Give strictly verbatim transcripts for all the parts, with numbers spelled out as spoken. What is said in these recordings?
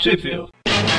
Trip View.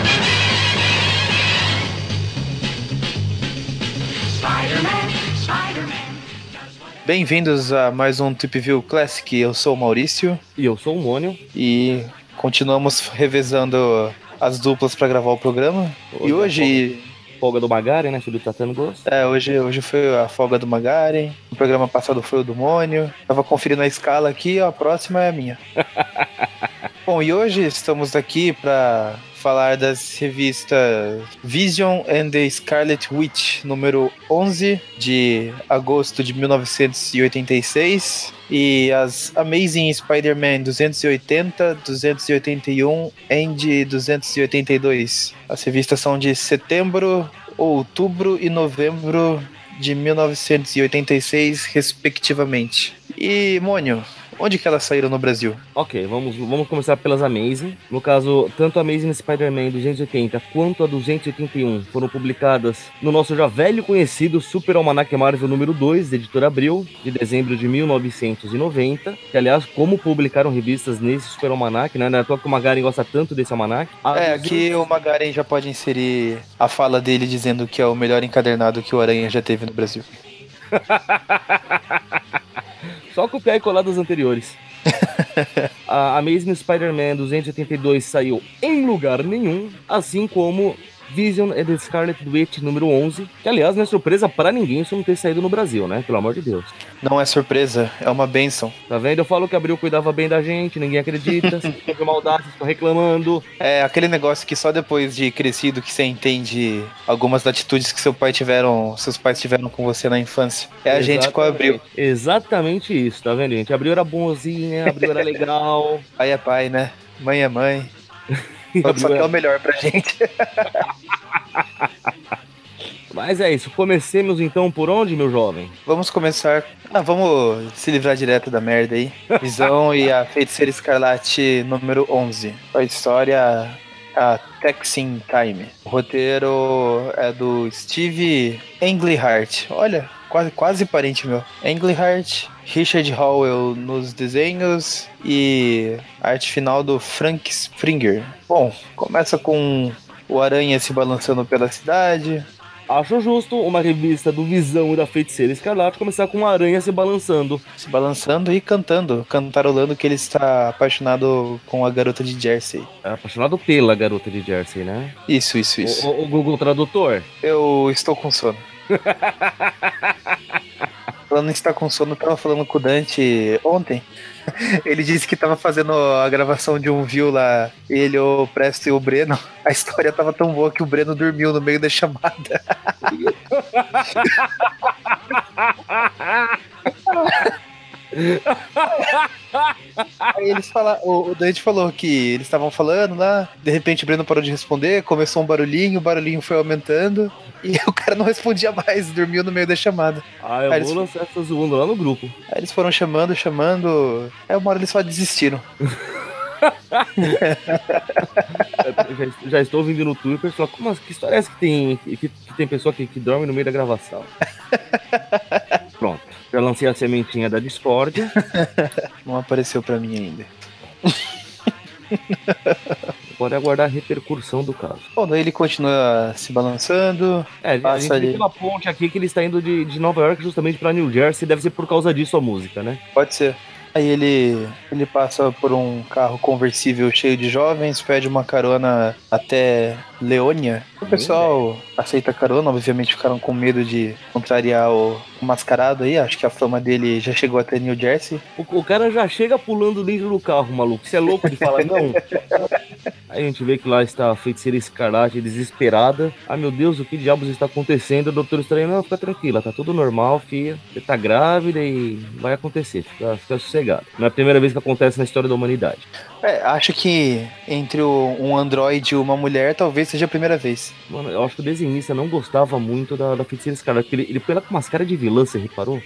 Bem-vindos a mais um Trip View Classic. Eu sou o Maurício. E eu sou o Mônio. E continuamos revezando as duplas para gravar o programa. Hoje e hoje... É folga do Magaren, né? Subtratando gosto. É, hoje, hoje foi a folga do Magaren. O programa passado foi o do Mônio. Tava conferindo a escala aqui, ó, a próxima é a minha. Bom, e hoje estamos aqui para falar das revistas Vision and the Scarlet Witch, número onze, de agosto de mil novecentos e oitenta e seis, e as Amazing Spider-Man duzentos e oitenta, duzentos e oitenta e um e duzentos e oitenta e dois. As revistas são de setembro, outubro e novembro de mil novecentos e oitenta e seis, respectivamente. E, Mônio, onde que elas saíram no Brasil? Ok, vamos, vamos começar pelas Amazing. No caso, tanto a Amazing Spider-Man duzentos e oitenta quanto a duzentos e oitenta e um foram publicadas no nosso já velho conhecido Super Almanac Marvel número dois, da editora Abril, de dezembro de mil novecentos e noventa. Que, aliás, como publicaram revistas nesse Super Almanac, né? Não é à toa que o Magaren gosta tanto desse almanac. A é, duzentos... aqui o Magaren já pode inserir a fala dele dizendo que é o melhor encadernado que o Aranha já teve no Brasil. Só copiar e colar dos anteriores. A Amazing Spider-Man duzentos e oitenta e dois saiu em lugar nenhum, assim como Vision and the Scarlet Witch número onze, que aliás não é surpresa pra ninguém isso não ter saído no Brasil, né? Pelo amor de Deus. Não é surpresa, é uma bênção. Tá vendo? Eu falo que a Abril cuidava bem da gente, ninguém acredita, sempre maldade, estão reclamando. É aquele negócio que só depois de crescido que você entende algumas atitudes que seu pai tiveram, seus pais tiveram com você na infância. É a gente com a Abril. Exatamente isso, tá vendo, gente? A Abril era bonzinha, a Abril era legal. Pai é pai, né? Mãe é mãe. Só, só que é o melhor pra gente. Mas é isso, comecemos então por onde, meu jovem? Vamos começar... Ah, vamos se livrar direto da merda aí. Visão e a Feiticeira Escarlate número onze. A história... A Texing Time. O roteiro é do Steve Englehart. Olha, quase, quase parente meu. Englehart, Richard Howell nos desenhos e arte final do Frank Springer. Bom, começa com o Aranha se balançando pela cidade. Acho justo uma revista do Visão e da Feiticeira Escarlate começar com uma aranha se balançando. Se balançando e cantando, cantarolando que ele está apaixonado com a garota de Jersey. É apaixonado pela garota de Jersey, né? Isso, isso, isso. O, o Google Tradutor? Eu estou com sono. Falando em estar com sono, eu tava falando com o Dante ontem. Ele disse que tava fazendo a gravação de um view lá, ele, o Presto e o Breno. A história tava tão boa que o Breno dormiu no meio da chamada. Aí eles falaram, o Dante falou que eles estavam falando lá, de repente o Breno parou de responder, começou um barulhinho, o barulhinho foi aumentando e o cara não respondia mais, dormiu no meio da chamada. Ah, eu aí vou eles... lançar essa zoando lá no grupo. Aí eles foram chamando, chamando, aí uma hora eles só desistiram. já, já estou ouvindo no Twitter, falando, como que história é essa que tem, que, que tem pessoa que, que dorme no meio da gravação? Pronto, já lancei a sementinha da discórdia. Não apareceu pra mim ainda. Pode aguardar a repercussão do caso. Bom, daí ele continua se balançando. É, a gente vê pela ponte aqui que ele está indo de, de Nova York justamente pra New Jersey. Deve ser por causa disso a música, né? Pode ser. Aí ele, ele passa por um carro conversível cheio de jovens, pede uma carona até Leônia. O pessoal hum, aceita a carona, obviamente ficaram com medo de contrariar o, o mascarado aí. Acho que a fama dele já chegou até New Jersey. O, o cara já chega pulando dentro do carro, maluco. Você é louco de falar não? Aí a gente vê que lá está a Feiticeira Escarlate desesperada. Ah, meu Deus, o que diabos está acontecendo? O Doutor Estranho, não, fica tranquila, tá tudo normal, filha. Você tá grávida e vai acontecer, fica, fica sossegado. Não é a primeira vez que acontece na história da humanidade. É, acho que entre o, um androide e uma mulher, talvez seja a primeira vez. Mano, eu acho que o desenhista não gostava muito da, da Feiticeira Escarlate, porque ele, ele põe ela com umas caras de vilã, você reparou?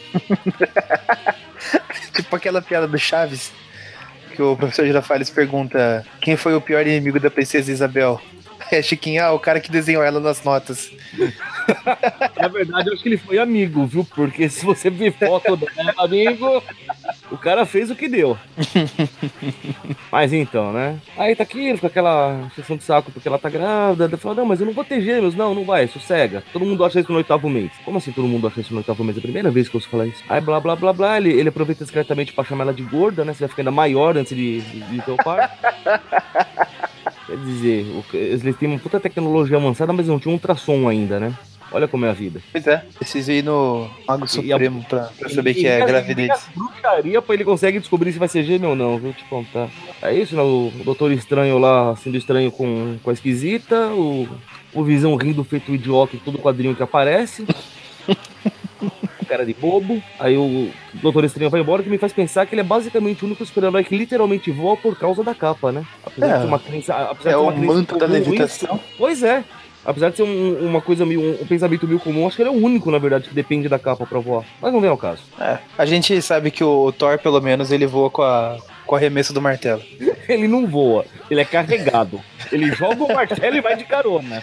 Tipo aquela piada do Chaves, que o professor Girafales pergunta quem foi o pior inimigo da princesa Isabel. É Chiquinho, ah, o cara que desenhou ela nas notas. Na verdade, eu acho que ele foi amigo, viu? Porque se você ver foto dela, amigo... O cara fez o que deu. Mas então, né? Aí tá aqui, com aquela questão de saco porque ela tá grávida. Ela fala, não, mas eu não vou ter gêmeos. Não, não vai, sossega. Todo mundo acha isso no oitavo mês. Como assim todo mundo acha isso no oitavo mês? É a primeira vez que eu ouço falar isso. Aí blá, blá, blá, blá. Ele, ele aproveita discretamente pra chamar ela de gorda, né? Você vai ficando maior antes de, de, de ter o parto. Quer dizer, eles têm uma puta tecnologia avançada, mas não tinha um ultrassom ainda, né? Olha como é a vida. Pois é, preciso ir no Mago Supremo a... pra, pra saber que é gravidez. Bruxaria pra ele consegue descobrir se vai ser gêmeo ou não, vou te contar. É isso, né? O Doutor Estranho lá, sendo estranho com, com a esquisita, o, o Visão rindo feito idiota em todo quadrinho que aparece. Cara de bobo. Aí o Doutor Estranho vai embora, que me faz pensar que ele é basicamente o único super-herói que literalmente voa por causa da capa, né? Apesar é, de ser uma crença, apesar é de ser uma o manto da levitação. Isso, pois é. Apesar de ser um, uma coisa meio, um, um pensamento meio comum, acho que ele é o único, na verdade, que depende da capa pra voar. Mas não vem ao caso. É, a gente sabe que o Thor, pelo menos, ele voa com a, com a arremesso do martelo. Ele não voa, ele é carregado. Ele joga o martelo e vai de carona.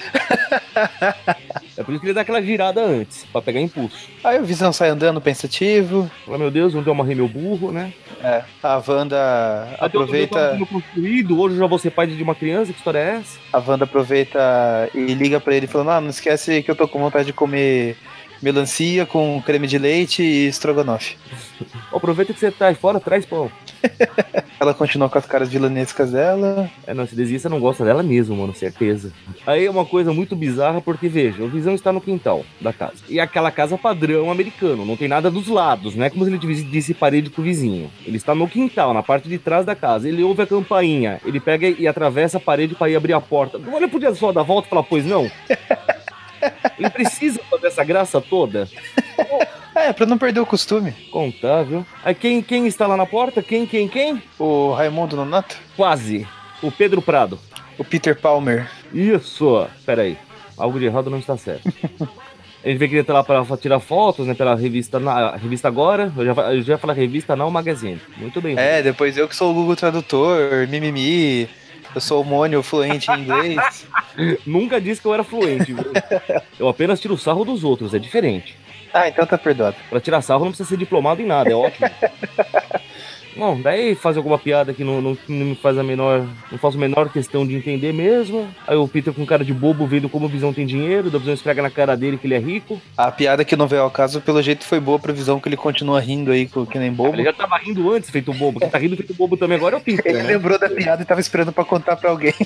É por isso que ele dá aquela girada antes, pra pegar impulso. Aí o Visão sai andando pensativo. Fala, meu Deus, onde eu amarrei meu burro, né? É, a Wanda aproveita... Eu construído, hoje eu já vou ser pai de uma criança, que história é essa? A Wanda aproveita e liga pra ele falando, ah, não esquece que eu tô com vontade de comer melancia com creme de leite e estrogonofe. Aproveita que você tá aí fora, traz pão. Ela continua com as caras vilanescas dela. É, não, se desista, não gosta dela mesmo, mano, certeza. Aí é uma coisa muito bizarra, porque, veja, o Visão está no quintal da casa. E aquela casa padrão americano, não tem nada dos lados, não é como se ele dividisse parede com o vizinho. Ele está no quintal, na parte de trás da casa. Ele ouve a campainha, ele pega e atravessa a parede para ir abrir a porta. Não, ele podia só dar a volta e falar, pois não? Ele precisa fazer essa graça toda? É, pra não perder o costume. Contável. Aí quem, quem está lá na porta? Quem, quem, quem? O Raimundo Nonato? Quase. O Pedro Prado. O Peter Palmer. Isso. Pera aí. Algo de errado não está certo. A gente vê que ele tá lá pra tirar fotos, né? Pela revista, na, revista Agora. Eu já, eu já ia falar revista Now Magazine. Muito bem. É, depois eu que sou o Google Tradutor, mimimi. Eu sou o Mônio fluente em inglês. Nunca disse que eu era fluente, viu? Eu apenas tiro sarro dos outros, é diferente. Ah, então tá perdoado. Pra tirar sarro não precisa ser diplomado em nada, é ótimo. Bom, daí fazer alguma piada que não, não, não me faz a menor... Não faço a menor questão de entender mesmo. Aí o Peter com cara de bobo vendo como o Visão tem dinheiro, da Visão esfrega na cara dele que ele é rico. A piada que não veio ao caso, pelo jeito, foi boa pra Visão, que ele continua rindo aí, que nem bobo. Ele já tava rindo antes, feito bobo. Quem tá rindo feito bobo também agora é o Peter, Ele né? lembrou da piada e tava esperando pra contar pra alguém.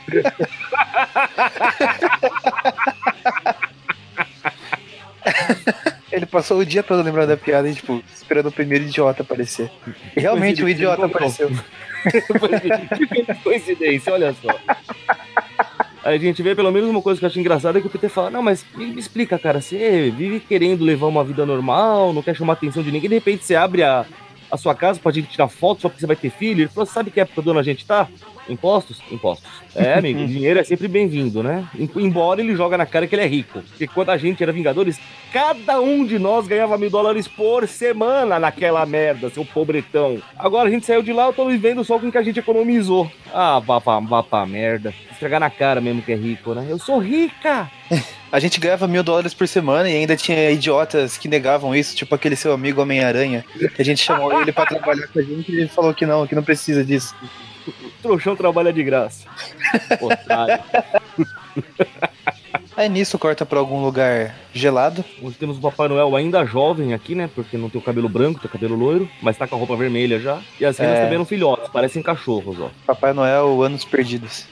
Ele passou o dia todo lembrando da piada e, tipo, esperando o primeiro idiota aparecer. E realmente o idiota apareceu. Que coincidência, olha só. Aí a gente vê pelo menos uma coisa que eu acho engraçada, é que o Peter fala, não, mas me, me explica, cara, você vive querendo levar uma vida normal, não quer chamar a atenção de ninguém, de repente você abre a, a sua casa pra gente tirar foto só porque você vai ter filho. Ele falou, sabe que época do ano a gente tá? Impostos? Impostos. É, amigo, dinheiro é sempre bem-vindo, né? Embora ele joga na cara que ele é rico. Porque quando a gente era Vingadores, cada um de nós ganhava mil dólares por semana naquela merda, seu pobretão. Agora a gente saiu de lá, eu tô vivendo só com o que a gente economizou. Ah, vá pra, vá pra merda. Estragar na cara mesmo que é rico, né? Eu sou rica! A gente ganhava mil dólares por semana e ainda tinha idiotas que negavam isso, tipo aquele seu amigo Homem-Aranha, que a gente chamou ele pra trabalhar com a gente e ele falou que não, que não precisa disso. Trouxão trabalha de graça. Otário. Aí nisso corta pra algum lugar gelado. Nós temos o Papai Noel ainda jovem aqui, né? Porque não tem o cabelo branco, tem o cabelo loiro, mas tá com a roupa vermelha já. E as cenas É. também eram filhotes, parecem cachorros, ó. Papai Noel, Anos Perdidos.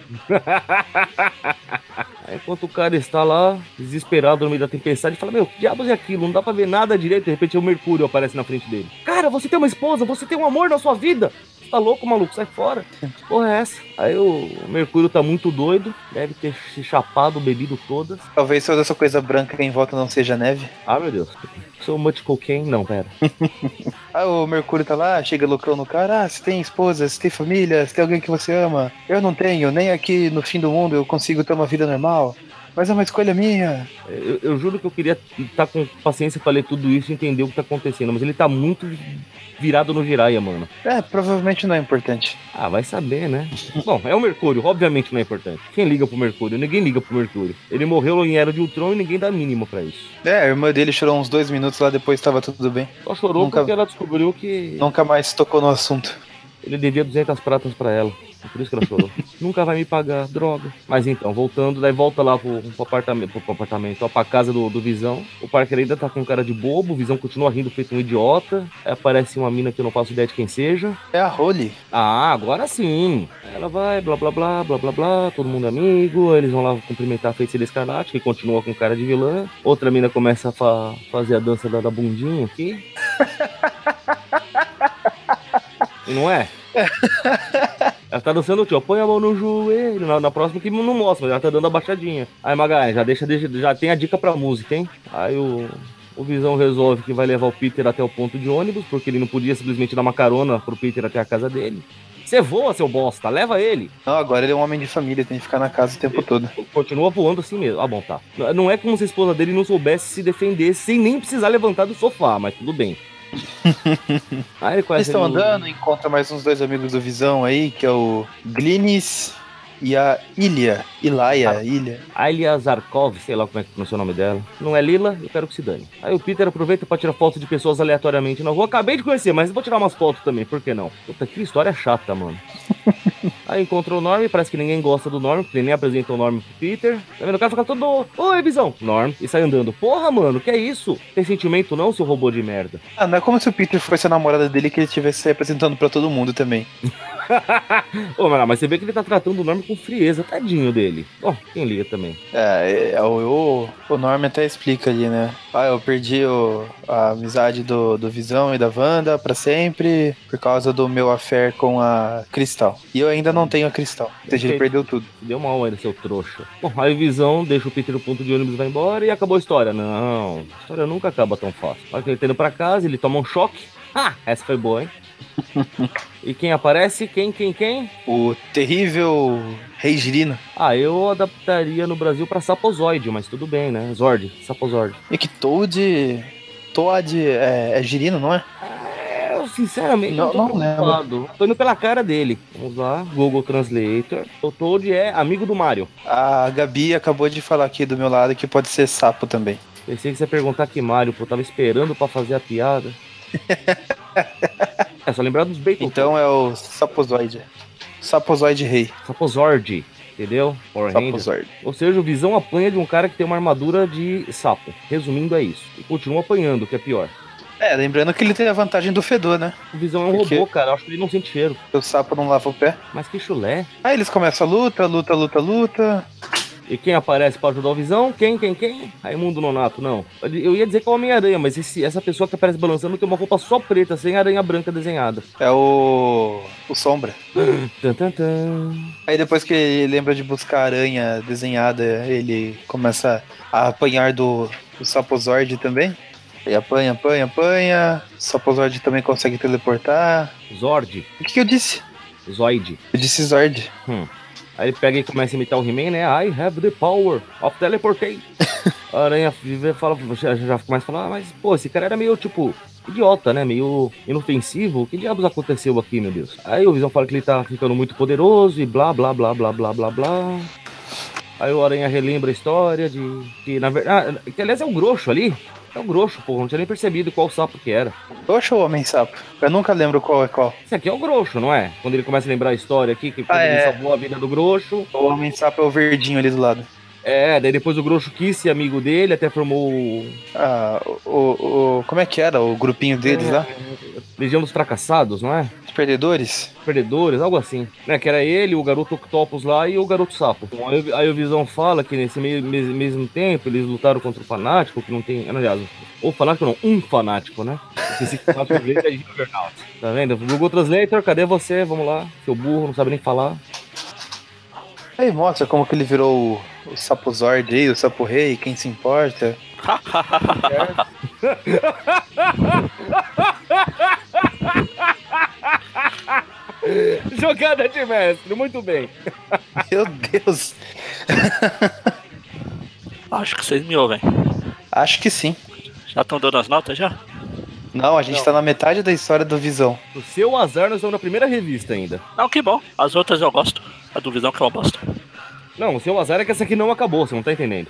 Aí, enquanto o cara está lá, desesperado no meio da tempestade, fala, meu, que diabos é aquilo? Não dá pra ver nada direito. De repente o Mercúrio aparece na frente dele. Cara, você tem uma esposa, você tem um amor na sua vida. Você tá louco, maluco? Sai fora. Que porra é essa? Aí o Mercúrio tá muito doido, deve ter se chapado, bebido todas. Talvez toda essa coisa branca em volta não seja neve. Ah, meu Deus. So much cocaine? Não, pera. Aí o Mercúrio tá lá, chega loucão no cara. Ah, você tem esposa, você tem família, você tem alguém que você ama. Eu não tenho, nem aqui no fim do mundo eu consigo ter uma vida normal. mas é uma escolha minha. Eu, eu juro que eu queria estar com paciência pra ler tudo isso e entender o que tá acontecendo, mas ele tá muito virado no Jiraiya, mano. É, provavelmente não é importante. Ah, vai saber, né? Bom, é o Mercúrio, obviamente não é importante. Quem liga pro Mercúrio? Ninguém liga pro Mercúrio. Ele morreu em Era de Ultron e ninguém dá mínima pra isso. É, a irmã dele chorou uns dois minutos lá, depois tava tudo bem. Só chorou Nunca- porque ela descobriu que Nunca mais tocou no assunto. ele devia duzentas pratas pra ela. É por isso que ela chorou. Nunca vai me pagar, droga. Mas então, voltando, daí volta lá pro, pro apartamento, pro, pro apartamento, ó, pra casa do, do Visão. O Parker ainda tá com cara de bobo, o Visão continua rindo feito um idiota. Aí aparece uma mina que eu não faço ideia de quem seja. É a Holly. Ah, agora sim. Ela vai, blá blá blá, blá blá blá, todo mundo é amigo. Eles vão lá cumprimentar a Feiticeira Escarlate, que continua com cara de vilã. Outra mina começa a fa- fazer a dança da, da bundinha aqui. E não é? Ela tá dançando o tio, põe a mão no joelho. Na, na próxima que não mostra, mas ela tá dando a baixadinha. Aí, Magalhães, já deixa, deixa, já tem a dica pra música, hein? Aí o, o Visão resolve que vai levar o Peter até o ponto de ônibus, porque ele não podia simplesmente dar uma carona pro Peter até a casa dele. Você voa, seu bosta, leva ele. Não, agora ele é um homem de família, tem que ficar na casa o tempo todo. Continua voando assim mesmo. Ah, bom, tá. Não é como se a esposa dele não soubesse se defender sem nem precisar levantar do sofá, mas tudo bem. Aí ele Eles conhece estão ali o- andando, encontra mais uns dois amigos do Visão aí, que é o Glynis e a Ilha. Ilaia, Ilha. Alia Zarkov, sei lá como é que pronuncia o nome dela. Não é Lila, eu quero que se dane. Aí o Peter aproveita pra tirar foto de pessoas aleatoriamente na rua. Acabei de conhecer, mas vou tirar umas fotos também, por que não? Puta, que história chata, mano. Aí encontrou o Norm, parece que ninguém gosta do Norm, porque ele nem apresentou o Norm pro Peter. Tá vendo? O cara fica todo... Oi, Visão! Norm. E sai andando. Porra, mano, que é isso? Tem sentimento não, seu robô de merda? Ah, não é como se o Peter fosse a namorada dele que ele estivesse se apresentando pra todo mundo também. Ô, mas, mas você vê que ele tá tratando o Norm com frieza, tadinho dele. Bom, quem liga também. É, é, o, o, o Norm até explica ali, né? Ah, eu perdi o, a amizade do, do Visão e da Wanda pra sempre por causa do meu affair com a Cristal. E eu ainda não tenho a Cristal. Ou seja, ele perdeu tudo. Deu mal ainda, seu trouxa. Bom, aí o Visão deixa o Peter no ponto de ônibus e vai embora e acabou a história. Não, a história nunca acaba tão fácil. Na hora que ele tá indo pra casa, ele toma um choque. Ah, essa foi boa, hein? E quem aparece? Quem, quem, quem? O terrível Rei Girino. Ah, eu adaptaria no Brasil pra Sapozoide, mas tudo bem, né? Zord, Sapozoide. E que Toad... Toad é, é Girino, não é? É, eu sinceramente Não- não, tô não lembro. preocupado. Tô indo pela cara dele. Vamos lá, Google Translator. O Toad é amigo do Mario. A Gabi acabou de falar aqui do meu lado que pode ser sapo também. Pensei que você ia perguntar que Mario, pô, tava esperando pra fazer a piada. É, só lembrar dos Bacon. Então é o Sapozoide. Sapozoide Rei. Sapozord, entendeu? Power Ranger. Sapozoide. Ou seja, o Visão apanha de um cara que tem uma armadura de sapo. Resumindo, é isso. E continua apanhando, o que é pior. É, lembrando que ele tem a vantagem do fedor, né? O Visão é um Porque- robô, cara. Eu acho que ele não sente cheiro. O sapo não lava o pé. Mas que chulé. Aí eles começam a luta, luta, luta, luta. E quem aparece pra ajudar o Visão? Quem, quem, quem? Raimundo Nonato, não. Eu ia dizer que é o Homem-Aranha, mas esse- essa pessoa que aparece balançando tem uma roupa só preta, sem aranha branca desenhada. É o. O Sombra. Tan, tan, tan. Aí depois que ele lembra de buscar a aranha desenhada, ele começa a apanhar do, do Sapozord também. Ele apanha, apanha, apanha. O Sapozord também consegue teleportar. Zord. O que, que eu disse? Zoid. Eu disse Zord. Hum. Aí ele pega e começa a imitar o He-Man, né? I have the power of teleportation. A aranha vive- fala, já, já começa a falar, ah, mas pô, esse cara era meio tipo idiota, né? Meio inofensivo. O que diabos aconteceu aqui, meu Deus? Aí o Visão fala que ele tá ficando muito poderoso e blá, blá, blá, blá, blá, blá, blá. Aí o Aranha relembra a história de que, na verdade, ah, que aliás é um grosso ali. É um grosso, pô, não tinha nem percebido qual sapo que era. Oxe, o Homem-Sapo. Eu nunca lembro qual é qual. Esse aqui é o grosso, não é? Quando ele começa a lembrar a história aqui, que quando Ah, ele é. salvou a vida do grosso. O Homem-Sapo é o verdinho ali do lado. É, daí depois o grosso quis ser amigo dele, até formou o Ah, o, o, o- como é que era o grupinho deles lá? Legião dos Fracassados, não é? Os perdedores? Perdedores, algo assim. Né? Que era ele, o garoto Octopus lá e o garoto Sapo. Bom, aí, aí o Visão fala que nesse me- me- mesmo tempo eles lutaram contra o Fanático, que não tem. Aliás, o Fanático não, um Fanático, né? Esse Fanático dele é Juggernaut. Tá vendo? Google Translator, cadê você? Vamos lá. Seu burro, não sabe nem falar. Aí mostra como que ele virou o, o Sapozord aí, o Sapo Rei, quem se importa. Jogada de mestre, muito bem. Meu Deus. Acho que vocês me ouvem. Acho que sim. Já estão dando as notas já? Não, a gente Não. tá na metade da história do Visão. O seu azar, nós estamos na primeira revista ainda. Não, que bom. As outras eu gosto. A do Visão que é uma bosta. Não, o seu azar é que essa aqui não acabou, você não tá entendendo.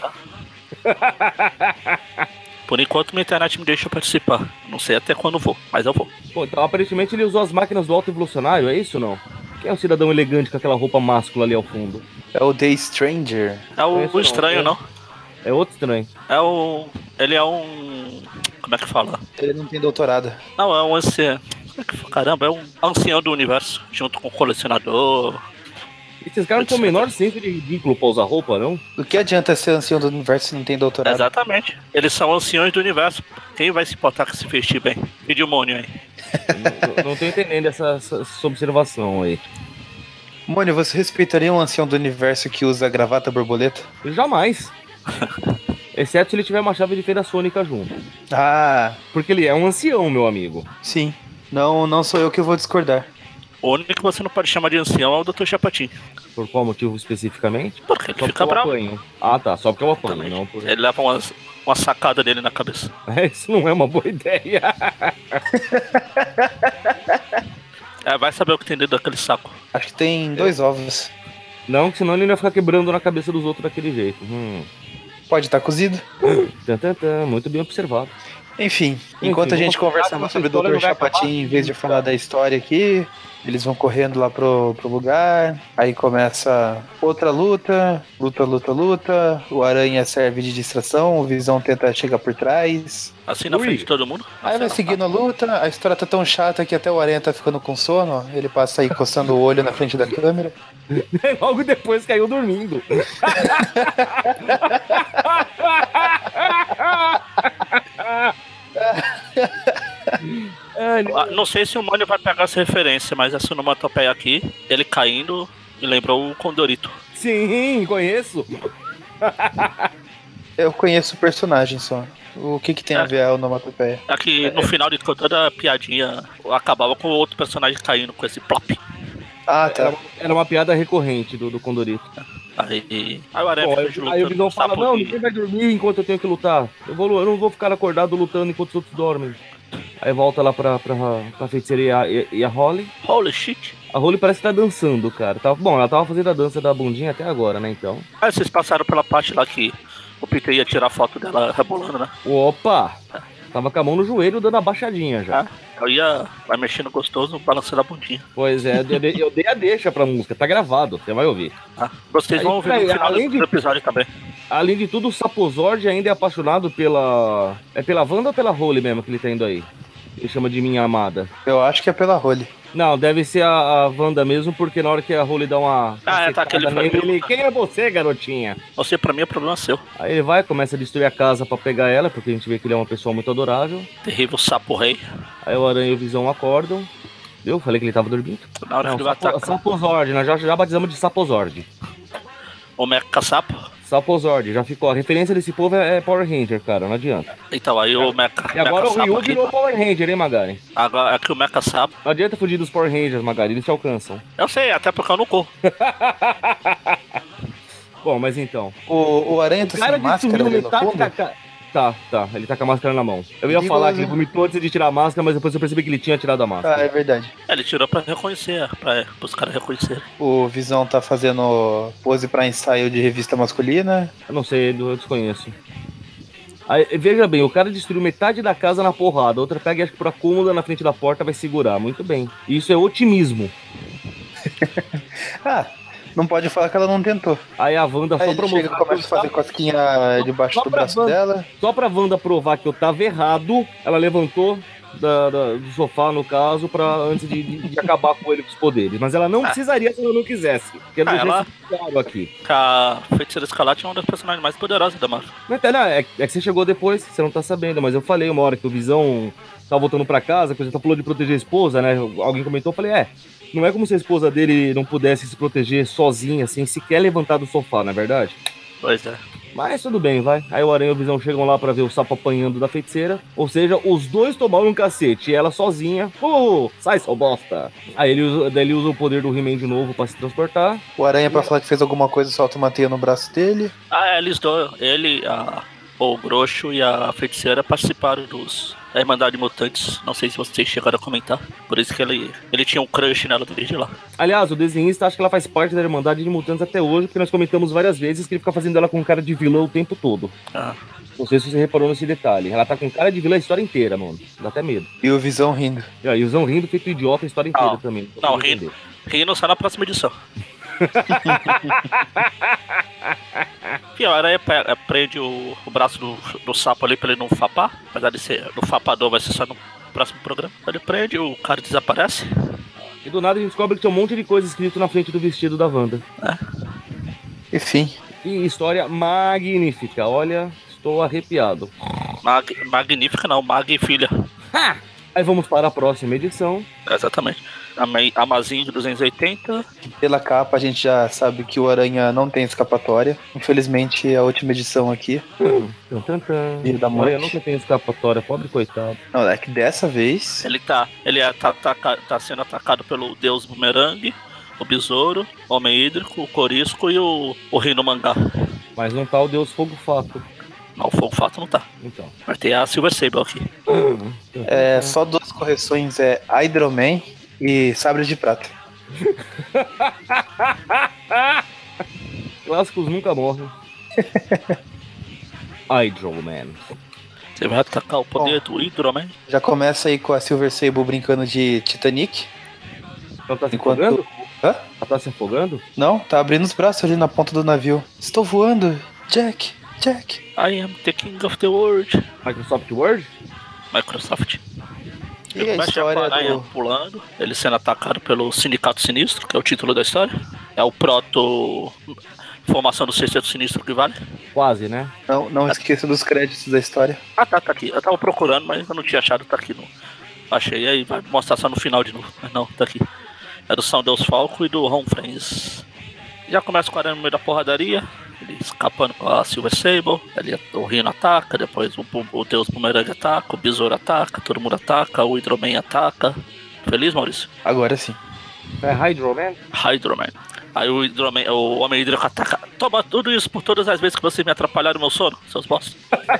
Por enquanto minha internet me deixa participar. Não sei até quando vou, mas eu vou. Pô, então aparentemente ele usou as máquinas do Alto Evolucionário, é isso ou não? Quem é o cidadão elegante com aquela roupa máscula ali ao fundo? É o The Stranger. É o, Conheço o não, estranho, conheço. não. É outro estranho. É o... Ele é um... Como é que fala? Ele não tem doutorado. Não, é um ancião... Caramba, é um ancião do universo. Junto com o colecionador. Esses caras não têm o menor senso de ridículo pra usar roupa, não? Do que adianta ser ancião do universo se não tem doutorado? Exatamente. Eles são anciões do universo. Quem vai se importar com se vestir bem? Vidimônio aí. não, não, não tô entendendo essa, essa, essa observação aí. Mônio, você respeitaria um ancião do universo que usa gravata borboleta? Jamais. Exceto se ele tiver uma chave de feira sônica junto. Ah, Porque ele é um ancião, meu amigo. sim. Não, não sou eu que vou discordar. O único que você não pode chamar de ancião é o doutor Chapatin. Por qual motivo especificamente? Porque ele Só fica porque eu bravo. apanho. Ah, tá. Só porque eu apanho, Também. não por... Ele leva uma, uma sacada dele na cabeça. Isso não é uma boa ideia. É, vai saber o que tem dentro daquele saco. Acho que tem dois ovos. Não, que senão ele não ia ficar quebrando na cabeça dos outros daquele jeito. Hum. Pode estar cozido. Tan, tan, tan. Muito bem observado. Enfim, enquanto a vamos gente falar conversava que sobre o essa história doutor não vai Chapatin, acabar. em vez de falar da história aqui, eles vão correndo lá pro, pro lugar, aí começa outra luta, luta, luta, luta, o Aranha serve de distração, o Visão tenta chegar por trás, Assim na Ui. frente de todo mundo. aí vai Assim, seguindo a luta, a história tá tão chata que até o Aranha tá ficando com sono, ó, ele passa aí coçando o olho na frente da câmera. Logo depois caiu dormindo. É, ele- Ah, não sei se o Mônio vai pegar essa referência, mas essa onomatopeia aqui, ele caindo, me lembrou o Condorito. Sim, conheço. Eu conheço o personagem só. O que que tem a É. ver a onomatopeia? É que no final de toda a piadinha acabava com o outro personagem caindo com esse plop. Ah, tá. Era, era uma piada recorrente do, do Condorito. Aí, aí o Aranha Bom, fica aí, de aí o lutando Visão com fala, sapo não, de- ninguém vai dormir enquanto eu tenho que lutar. Eu, vou, eu não vou ficar acordado lutando enquanto os outros dormem. Aí volta lá pra, pra, pra feiticeira e a, e, e a Holly. Holy shit. A Holly parece que tá dançando, cara. Tava, bom, ela tava fazendo a dança da bundinha até agora, né, então. Aí vocês passaram pela parte lá que o Peter ia tirar foto dela rebolando, né? Opa! Tava com a mão no joelho dando a baixadinha já. Ah, eu ia, vai mexendo gostoso, balançando a bundinha. Pois é, eu dei, eu dei a deixa pra música, tá gravado, você vai ouvir. Ah, vocês vão Aí, ouvir no peraí, final além do de- episódio também. Além de tudo, o Sapozord ainda é apaixonado pela... É pela Wanda ou pela Holly mesmo que ele tá indo aí? Ele chama de minha amada. Eu acho que é pela Holly. Não, deve ser a, a Wanda mesmo, porque na hora que a Holly dá uma... Ah, é, tá, cacetada aquele nele, foi- ele, quem é você, garotinha? Você, pra mim, é problema seu. Aí ele vai, começa a destruir a casa pra pegar ela, porque a gente vê que ele é uma pessoa muito adorável. Terrível sapo rei. Aí o Aranha e o Visão acordam. Viu? Falei que ele tava dormindo. Na hora Não, que ele vai Sapo, atacar Sapozord, nós já, já batizamos de Sapozord. o Mecha Sapo. Sapozord, já ficou. A referência desse povo é, é Power Ranger, cara, não adianta. Então, aí o Mecha, E agora Mecha o Ryu Sapo aqui. virou Power Ranger, hein, Magari? Agora, aqui o Mecha Sapo. Não adianta fugir dos Power Rangers, Magari, eles te alcançam. Eu sei, até porque eu não corro. Bom, mas então. O, o Aranha tá O cara sem máscara destruiu ali no metade fundo? da ca... Tá, tá, ele tá com a máscara na mão. Eu ia Digo, falar mas que ele eu- vomitou antes de tirar a máscara, mas depois eu percebi que ele tinha tirado a Ah, máscara. é verdade. É, ele tirou pra reconhecer, pra os caras reconhecerem. O Visão tá fazendo pose pra ensaio de revista masculina. Eu não sei, eu desconheço. Aí, veja bem, o cara destruiu metade da casa na porrada, a outra pega e acho que por a cômoda na frente da porta vai segurar. Muito bem. Isso é otimismo. Ah, não pode falar que ela não tentou. Aí a Wanda, Aí só ele pra chega e mostrar começa a que eu fazer tava- cosquinha debaixo Só do pra braço Wanda- dela. Só pra Wanda provar que eu tava errado, ela levantou da- da- do sofá, no caso, pra, antes de, de- de acabar com ele com os poderes. Mas ela não precisaria se ela não quisesse. Quero Ah, deixar ela- isso claro aqui. Que a Feiticeira Escarlate é uma das personagens mais poderosas da Marvel. Mas, tá, não, é, é que você chegou depois, você não tá sabendo, mas eu falei uma hora que o Visão tava voltando pra casa, que você tá falando de proteger a esposa, né? Alguém comentou, eu falei, é, não é como se a esposa dele não pudesse se proteger sozinha, assim, sequer levantar do sofá, não é verdade? Pois é. Mas tudo bem, vai. Aí o Aranha e o Visão chegam lá pra ver o sapo apanhando da feiticeira. Ou seja, os dois tomaram um cacete. E ela sozinha, uh, sai, seu bosta. Aí ele usa, daí ele usa o poder do He-Man de novo pra se transportar. O Aranha, pra falar que fez alguma coisa, solta uma teia no braço dele. Ah, é, eles dois, ele, a, o Groxo e a feiticeira participaram dos da Irmandade Mutantes. Não sei se vocês chegaram a comentar. Por isso que ele, ele tinha um crush nela desde lá. Aliás, o desenhista acha que ela faz parte da Irmandade de Mutantes até hoje, porque nós comentamos várias vezes que ele fica fazendo ela com cara de vilã o tempo todo. Ah. Não sei se você reparou nesse detalhe. Ela tá com cara de vilã a história inteira, mano. Dá até medo. E o Visão rindo. E aí, o Zão rindo, feito idiota a história inteira Não, também. Não, rindo, rindo só na próxima edição. Pior, aí prende o, o braço do, do sapo ali pra ele não fapar. Apesar de ser do fapador, vai ser só no próximo programa. Ele prende, o cara desaparece. E do nada a gente descobre que tem um monte de coisa escrito na frente do vestido da Wanda. É. Enfim. E história magnífica, olha, estou arrepiado. Mag, magnífica não, Mag e filha. Ha! Aí vamos para a próxima edição. Exatamente. A Amazin de duzentos e oitenta. Pela capa a gente já sabe que o Aranha não tem escapatória. Infelizmente é a última edição aqui. Hum, tum, tum, tum. Dia da morte. Olha, nunca tem escapatória, pobre coitado. Não, é que dessa vez... Ele tá, ele é, tá, tá, tá sendo atacado pelo Deus Bumerangue, o Besouro, o Homem Hídrico, o Corisco e o, o Rei no Mangá. Mas não tá o Deus Fogo Fato. Não, o Fogo Fato não tá. Então. Mas tem a Silver Sable aqui. É, só duas correções, é Hydro-Man e Sabre de Prata. Clássicos nunca morrem. Hydro-Man. Você vai atacar o poder Bom, do Hydro-Man? Já começa aí com a Silver Sable brincando de Titanic. Ela tá se Enquanto... afogando? Hã? Ela tá se afogando? Não, tá abrindo os braços ali na ponta do navio. Estou voando, Jack, Jack. I am the king of the world. Microsoft Word? Microsoft. E a história do... pulando, ele sendo atacado pelo Sindicato Sinistro, que é o título da história. É o proto... Formação do Sexteto Sinistro que vale. Quase, né? Não, não esqueça dos créditos da história. Ah, tá, tá aqui. Eu tava procurando, mas eu não tinha achado, tá aqui. No... Achei, aí vai mostrar só no final de novo. Mas não, tá aqui. É do São Deus Falco e do Home Friends. Já começa com o Aranha no meio da porradaria. Ele escapando com a Silver Sable. Ali o Rino ataca, depois o, o Deus Bumerangue ataca, o Besouro ataca, todo mundo ataca, o Hydro-Man ataca. Feliz, Maurício? Agora sim. É Hydro-Man? Hydro-Man. Aí o, Hydro-Man, o Homem Hídrico ataca. Toma tudo isso por todas as vezes que vocês me atrapalharam no meu sono, seus boss.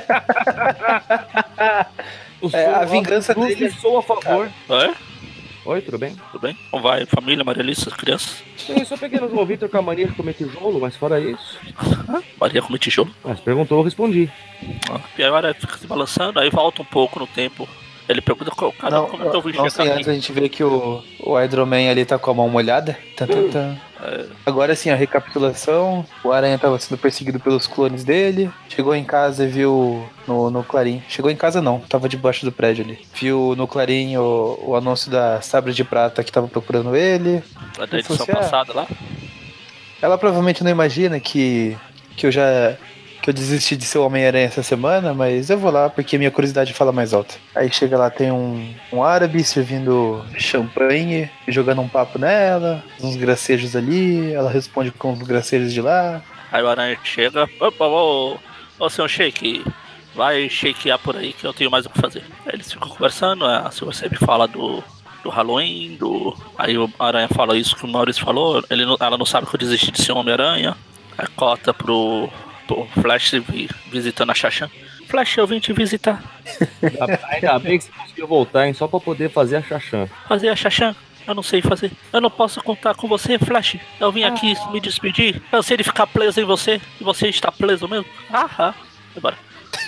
É, a vingança dele... Sou a favor. É? Oi, tudo bem? Tudo bem? Como vai, família, Maria Alice, crianças? Sim, só peguei no Vitor com a mania de comer tijolo, mas fora isso... Maria come tijolo? Mas perguntou, eu respondi. Ah, e agora fica se balançando, aí volta um pouco no tempo. Ele pergunta, cara, não, como é que eu vim não, chegar antes a gente vê que o, o Hydro-Man ali tá com a mão molhada. Tan, tan, tan. É. Agora sim, a recapitulação. O Aranha tava sendo perseguido pelos clones dele. Chegou em casa e viu no, no Clarim. Chegou em casa não, tava debaixo do prédio ali. Viu no Clarim o, o anúncio da Sabre de Prata que tava procurando ele. É da edição passada lá? Ela provavelmente não imagina que, que eu já... que eu desisti de ser o Homem-Aranha essa semana, mas eu vou lá porque minha curiosidade fala mais alto. Aí chega lá, tem um, um árabe servindo champanhe, jogando um papo nela, uns gracejos ali, ela responde com os gracejos de lá. Aí o Aranha chega, opa, ô, ô senhor Shake, vai shakear por aí que eu tenho mais o que fazer. Aí eles ficam conversando, a senhora sempre fala do... do Halloween, do... Aí o Aranha fala isso que o Maurício falou, ele não, ela não sabe que eu desisti de ser Homem-Aranha. Aí cota pro... o Flash visitando a Shashan. Flash, eu vim te visitar. Ainda bem que você conseguiu voltar, hein? Só pra poder fazer a Shashan. Fazer a Shashan? Eu não sei fazer. Eu não posso contar com você, Flash. Eu vim aqui me despedir. Eu sei de ficar preso em você. E você está preso mesmo. Ah, ah. Agora.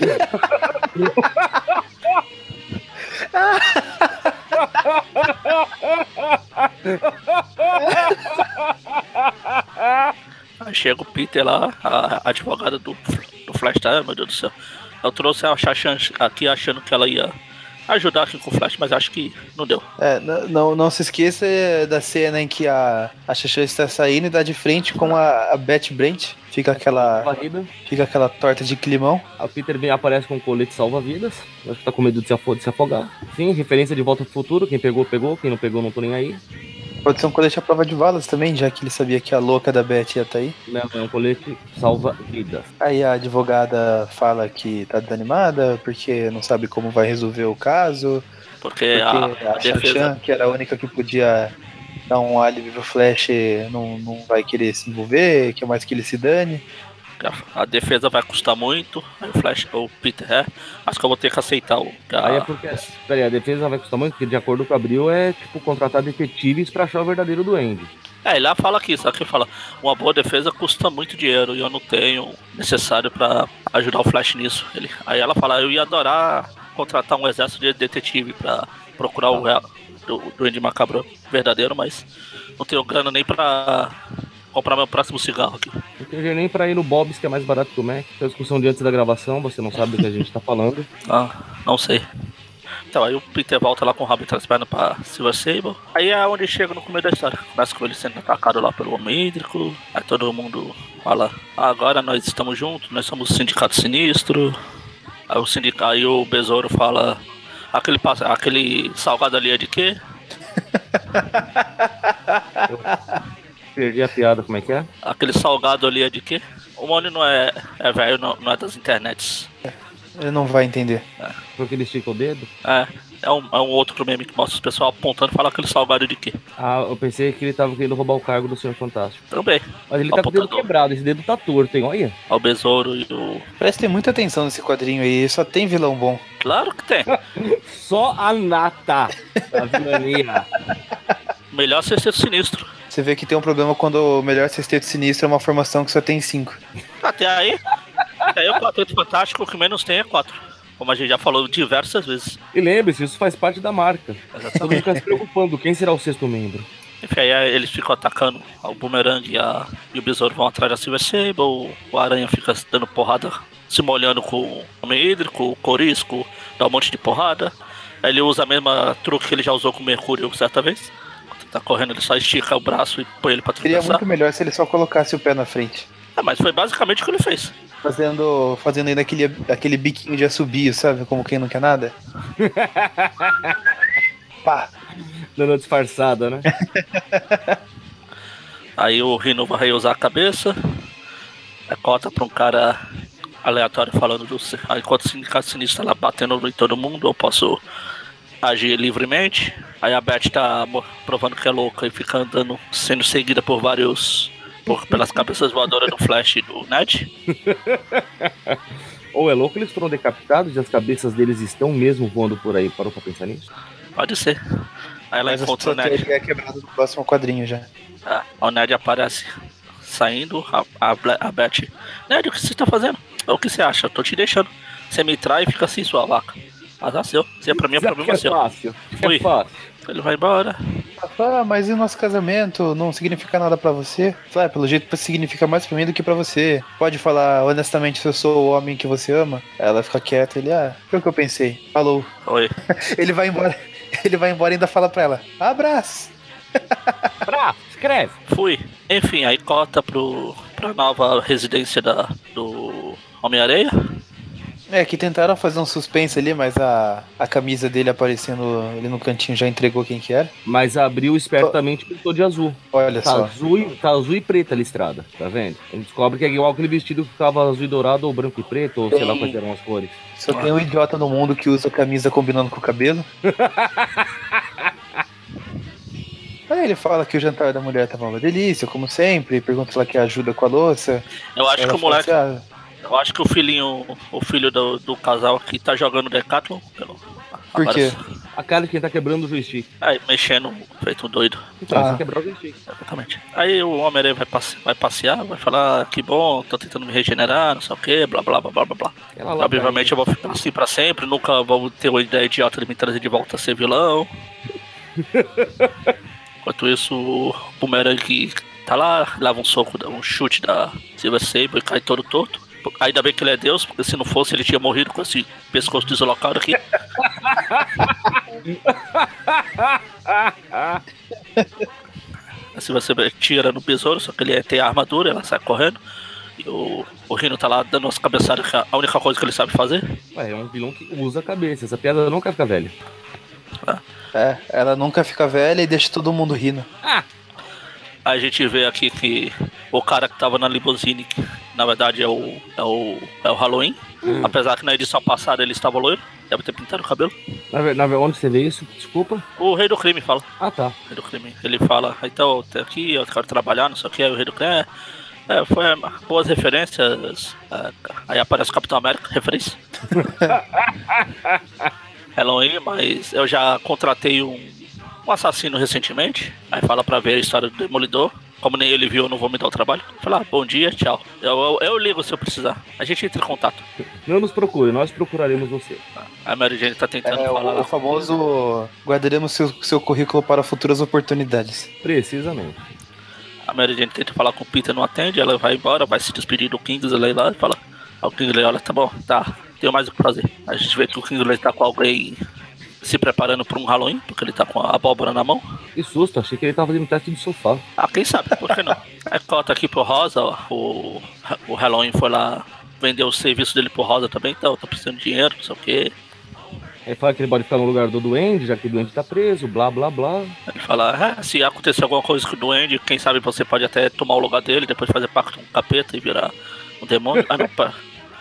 Aí chega o Peter lá, a advogada do, do Flash, tá? Meu Deus do céu. Eu trouxe a Shashan aqui achando que ela ia ajudar aqui com o Flash, mas acho que não deu. É, não, não, não se esqueça da cena em que a, a Shashan está saindo e dá de frente com a, a Betty Brant. Fica aquela, fica aquela torta de climão. A Peter vem, aparece com um colete salva-vidas. Acho que tá com medo de se, afo- de se afogar. Sim, referência de Volta pro Futuro. Quem pegou, pegou. Quem não pegou, não tô nem aí. Pode ser um colete à prova de balas também, já que ele sabia que a louca da Beth ia estar aí. Não, é um colete salva vidas. Aí a advogada fala que tá desanimada porque não sabe como vai resolver o caso. Porque, Porque a, a a Chan defesa. Chan, que era a única que podia dar um alívio pro Flash, não, não vai querer se envolver, que é mais que ele se dane. A defesa vai custar muito. Aí o Flash, o Peter, é. Acho que eu vou ter que aceitar o. A... Aí é porque, peraí, a defesa vai custar muito, porque de acordo com o Abril é tipo contratar detetives pra achar o verdadeiro duende. É, ele lá fala aqui, sabe que fala, uma boa defesa custa muito dinheiro e eu não tenho necessário pra ajudar o Flash nisso. Ele, aí ela fala, eu ia adorar contratar um exército de detetive pra procurar o, o duende macabro verdadeiro, mas não tenho grana nem pra comprar meu próximo cigarro aqui. Não tem jeito nem pra ir no Bob's, que é mais barato que o Mac. Tem a discussão de antes da gravação, você não sabe do que a gente tá falando. Ah, não sei. Então, aí o Peter volta lá com o rabo entre as pernas pra Silver Sable. Aí é onde chega no começo da história. Começa com ele sendo atacado lá pelo Homem Hídrico. Aí todo mundo fala, ah, agora nós estamos juntos, nós somos o Sindicato Sinistro. Aí o, sindica... aí o Besouro fala, aquele, pass... aquele salgado ali é de quê? Eu perdi a piada, como é que é? Aquele salgado ali é de quê? O Mônio não é, é velho, não, não é das internets. Ele não vai entender. É. Porque ele estica o dedo? É, é um, é um outro meme que mostra os pessoal apontando e fala aquele salgado de quê? Ah, eu pensei que ele tava querendo roubar o cargo do Senhor Fantástico. Também. Mas ele tá com o dedo quebrado, esse dedo tá torto, hein? Olha. O Besouro e o... Presta ter muita atenção nesse quadrinho aí, só tem vilão bom. Claro que tem. Só a nata da vilania. Melhor Sexteto Sinistro. Você vê que tem um problema quando o melhor sexteto sinistro é uma formação que só tem cinco. Até aí, até aí o Quarteto Fantástico, o que menos tem é quatro. Como a gente já falou diversas vezes. E lembre-se, isso faz parte da marca. Exatamente. Todo mundo fica se preocupando, quem será o sexto membro? Enfim, aí eles ficam atacando o Boomerang e, a, e o Besouro vão atrás da Silver Sable. O Aranha fica dando porrada, se molhando com o Homem Hídrico, o Corisco, dá um monte de porrada. Aí ele usa a mesma truque que ele já usou com o Mercúrio certa vez. Quando tá correndo, ele só estica o braço e põe ele pra Seria atravessar. muito melhor se ele só colocasse o pé na frente. É, mas foi basicamente o que ele fez. Fazendo, fazendo ainda aquele, aquele biquinho de assobio, sabe? Como quem não quer nada. Pá. Dando uma disfarçada, né? Aí o Rhino vai usar a cabeça. É cota pra um cara aleatório falando do... Aí enquanto o Sindicato Sinistro tá lá batendo em todo mundo, eu posso agir livremente. Aí a Beth tá provando que é louca e fica andando, sendo seguida por vários... Por, pelas cabeças voadoras do Flash e do Ned. Ou é louco, eles foram decapitados e as cabeças deles estão mesmo voando por aí. Parou pra pensar nisso? Pode ser. Aí ela Mas encontra o Ned. é quebrado no próximo quadrinho já. Ah, o Ned aparece saindo, a, a, a Beth. Ned, o que você tá fazendo? O que você acha? Eu tô te deixando. Você me trai e fica assim, sua vaca. Azar seu. Se é pra mim, é problema é seu. Fácil. Fui. É fácil. Ele vai embora. Ah, mas e o nosso casamento não significa nada pra você? Ah, pelo jeito significa mais pra mim do que pra você. Pode falar honestamente se eu sou o homem que você ama? Ela fica quieta, ele, ah, foi o que eu pensei. Falou. Oi. Ele vai embora, ele vai embora e ainda fala pra ela, abraço. Abraço, escreve. Fui. Enfim, aí cota pro, pra nova residência da, do Homem-Areia. É, que tentaram fazer um suspense ali, mas a, a camisa dele aparecendo ali no cantinho já entregou quem que era. Mas abriu espertamente e pintou de azul. Olha tá só. Azul e, tá azul e preta a listrada, tá vendo? A gente descobre que é igual aquele vestido que ficava azul e dourado, ou branco e preto, ou sei lá quais eram as cores. Só tem um idiota no mundo que usa camisa combinando com o cabelo. Aí ele fala que o jantar da mulher tava uma delícia, como sempre, pergunta se ela quer ajuda com a louça. Eu acho ela que o moleque... assim, ah, Eu acho que o filhinho, o filho do, do casal aqui tá jogando Decathlon. Pelo, por quê? A cara de quem tá quebrando o joystick. Aí, mexendo, feito um doido. Então, Ah. você quebrar o joystick. Exatamente. Aí o Homem-Aranha vai, passe- vai passear, vai falar, que bom, tô tentando me regenerar, não sei o que, blá blá blá blá blá blá. Ela lá Obviamente eu vou ficar assim pra sempre, nunca vou ter uma ideia idiota de me trazer de volta a ser vilão. Enquanto isso, o Boomerang tá lá, leva um soco, um chute da Silver Sable e cai todo torto. Ainda bem que ele é Deus, porque se não fosse ele tinha morrido com esse pescoço deslocado aqui. A Silver Sable tira no besouro, só que ele tem a armadura, ela sai correndo. E o, o Rhino tá lá dando umas cabeçadas, que é a única coisa que ele sabe fazer. Ué, é um vilão que usa a cabeça. Essa piada nunca fica velha. É. É, ela nunca fica velha e deixa todo mundo rindo. Ah! A gente vê aqui que o cara que tava na limusine, que na verdade é o, é o, é o Halloween. Hum. Apesar que na edição passada ele estava loiro, deve ter pintado o cabelo. Na verdade, onde você vê isso? Desculpa. O Rei do Crime fala. Ah, tá. O Rei do Crime. Ele fala, então, aqui eu quero trabalhar, não sei o que, aí o Rei do Crime é... É, foi boas referências. É, aí aparece o Capitão América, referência. Halloween, mas eu já contratei um, um assassino recentemente. Aí fala pra ver a história do Demolidor. Como nem ele viu, eu não vou me dar o trabalho. Fala, ah, bom dia, tchau. Eu, eu, eu ligo se eu precisar. A gente entra em contato. Não nos procure, nós procuraremos você. A Mary Jane tá tentando é, falar. O, o famoso guardaremos seu, seu currículo para futuras oportunidades. Precisamente. A Mary Jane tenta falar com o Peter, não atende, ela vai embora, vai se despedir do Kingsley lá e fala. O Kingsley, olha, tá bom, tá, tenho mais o que fazer. A gente vê que o Kingsley tá com alguém se preparando pra um Halloween, porque ele tá com a abóbora na mão. Que susto, achei que ele tava fazendo teste de sofá. Ah, quem sabe, por que não? Aí cota aqui pro Rosa, ó, o, o Halloween foi lá vender o serviço dele pro Rosa também, então tá precisando de dinheiro, não sei o quê. Aí fala que ele pode ficar no lugar do Duende, já que o Duende tá preso, blá blá blá. Ele fala, ah, se acontecer alguma coisa com o Duende, quem sabe você pode até tomar o lugar dele, depois fazer parte com um capeta e virar um demônio. Ah, não, pá.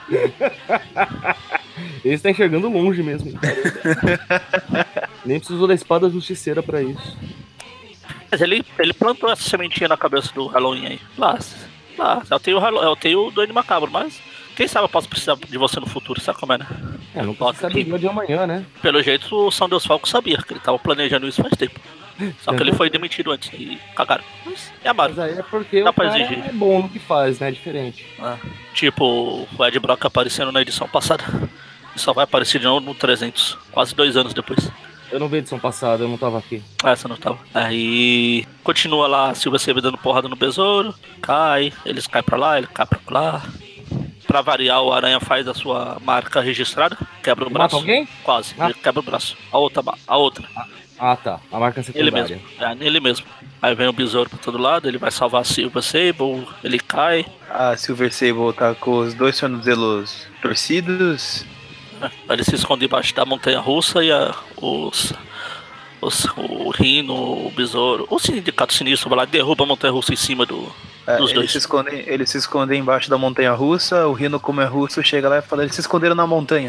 Ele está enxergando longe mesmo. Nem precisou da espada justiceira pra isso. Mas ele, ele plantou essa sementinha na cabeça do Halloween aí. Lá, lá, eu tenho, eu tenho o Duende Macabro, mas quem sabe eu posso precisar de você no futuro, sabe como é, né? É, não pode saber o dia de amanhã, né? Pelo jeito, o São Deus Falco sabia que ele tava planejando isso faz tempo. Só que ele foi demitido antes e cagaram. Mas é amado. Mas aí é porque dá o pra cara exigir. É bom no que faz, né? É diferente. Ah, tipo o Ed Brock aparecendo na edição passada. E só vai aparecer de novo no trezentos, quase dois anos depois. Eu não vi a edição passada, eu não tava aqui. Ah, essa não tava. Aí continua lá a Silva Sebe dando porrada no besouro. Cai, eles caem pra lá, ele cai pra lá. Pra variar, o Aranha faz a sua marca registrada, quebra o Ele braço. mata alguém? Quase, Ah. ele quebra o braço. A outra, a outra. Ah, tá. A marca Ele secundária. mesmo, é, ele mesmo. Aí vem o besouro pra todo lado, ele vai salvar a Silver Sable, ele cai. A Silver Sable tá com os dois tornozelos torcidos. Aí ele se esconde embaixo da montanha russa e a, os, os. O Rino, o besouro. O sindicato sinistro vai lá e derruba a montanha russa em cima do. É, Dos eles, dois. se escondem, eles se escondem embaixo da montanha russa. O Rino, como é russo, chega lá e fala: eles se esconderam na montanha.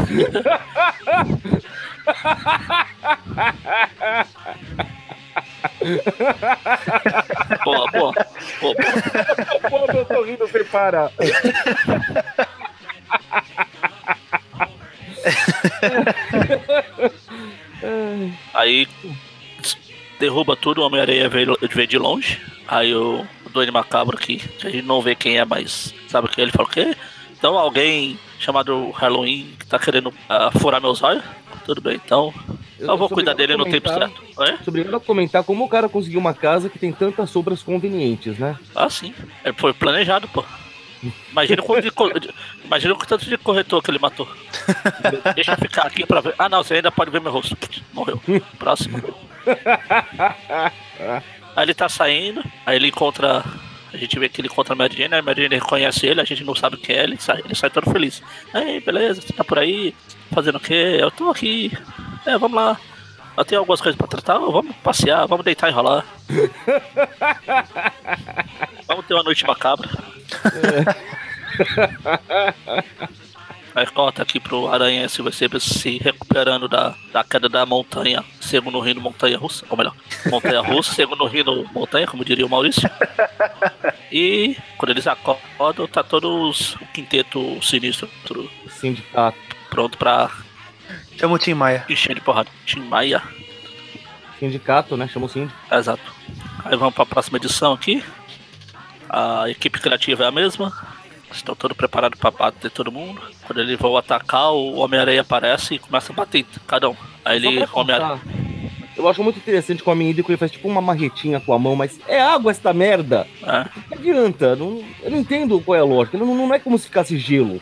Boa, boa, boa. Pô, eu tô rindo sem parar. Aí derruba tudo, o Homem-Aranha vê de longe. Aí o, o Duende Macabro aqui, que a gente não vê quem é, mas sabe o que ele fala o quê? Então alguém chamado Halloween que tá querendo uh, furar meus olhos. Tudo bem, então eu, eu vou cuidar dele no tempo certo. É? Sou obrigado a comentar como o cara conseguiu uma casa que tem tantas sombras convenientes, né? Ah, sim. Ele foi planejado, pô. Imagina o de, imagina o tanto de corretor que ele matou. Deixa eu ficar aqui pra ver. Ah, não, você ainda pode ver meu rosto. Morreu. Próximo. Aí ele tá saindo, aí ele encontra. A gente vê que ele encontra a Mary Jane, a Mary Jane reconhece ele, a gente não sabe quem é, ele sai, ele sai todo feliz. Aí, beleza, você tá por aí? Fazendo o quê? Eu tô aqui. É, vamos lá. Eu tenho algumas coisas pra tratar, vamos passear, vamos deitar e rolar. Vamos ter uma noite macabra. É. Aí corta aqui pro Aranha se vai ser se recuperando da, da queda da montanha, segundo o Rino Montanha Russa, ou melhor, Montanha Russa, segundo o Rino Montanha, como diria o Maurício. E quando eles acordam, tá todos o quinteto sinistro, tudo sindicato pronto pra chama o Tim Maia. Encher de porrada. Tim Maia. Sindicato, né? Chama o síndico. Exato. Aí vamos pra próxima edição aqui. A equipe criativa é a mesma. Estão todos preparados pra bater todo mundo. Quando eles vão atacar, o Homem-Aranha aparece e começa a bater cada um. Aí ele. Homem-Aranha. Eu acho muito interessante com a menina que ele faz tipo uma marretinha com a mão, mas é água esta merda. É. Não adianta. Não, eu não entendo qual é a lógica. Não, não é como se ficasse gelo.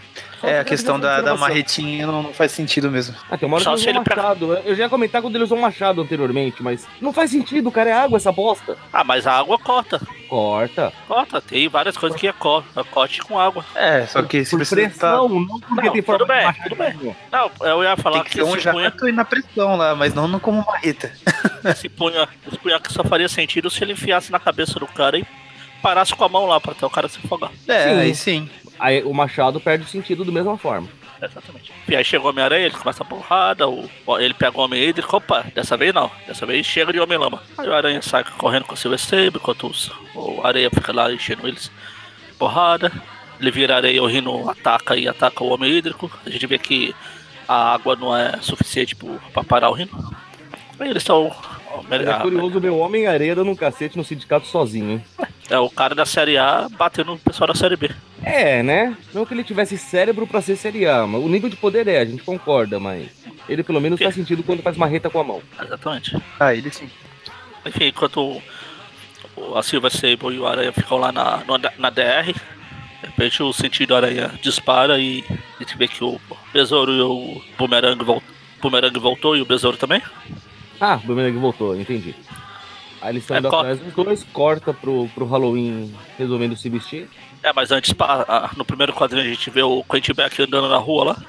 É, a questão da, da marretinha não, não faz sentido mesmo. Ah, tem uma hora Só que se ele usa ele machado. Eu já ia comentar quando ele usou um machado anteriormente, mas não faz sentido, cara. É água essa bosta. Ah, mas a água corta. Corta. Corta, tem várias coisas que é co- é corte com água. É, só que se Por precisa pressão, não porque Não, tem forma tudo bem, de machado. tudo bem. Não, eu ia falar tem que que ter um se punha, jato e na pressão lá, mas não no- como marreta. se punha, se punha que só faria sentido se ele enfiasse na cabeça do cara e parasse com a mão lá pra até o cara se afogar. É, Sim. aí sim. Aí o machado perde o sentido da mesma forma. Exatamente. E aí chegou o Homem-Aranha, ele começa a porrada, o, ele pega o Homem Hídrico, opa, dessa vez não, dessa vez chega de Homem-Lama. Aí o Aranha sai correndo com o Silver Sable, enquanto os, o Areia fica lá enchendo eles de porrada. Ele vira areia, o Rino ataca e ataca o Homem Hídrico. A gente vê que a água não é suficiente pro, pra parar o Rino. Aí eles estão... É curioso ver o Homem-Areia dando um cacete no sindicato sozinho, hein? É o cara da Série A batendo no pessoal da Série B. É, né? Não que ele tivesse cérebro pra ser Série A, mas o nível de poder é, a gente concorda, mas ele pelo menos É. faz sentido quando faz marreta com a mão. Exatamente. Ah, ele sim. Enfim, enquanto o- o- a Silver Sable e o Aranha ficam lá na, no- na D R, de repente o sentido Aranha dispara e a gente vê que o Besouro e o Boomerang, vol- Boomerang voltou e o Besouro também. Ah, o Boomerang voltou, entendi. Aí eles estão É, indo co- atrás dos dois, corta pro, pro Halloween resolvendo se vestir. É, mas antes, pa- a- no primeiro quadrinho a gente vê o Quentin Beck andando na rua lá.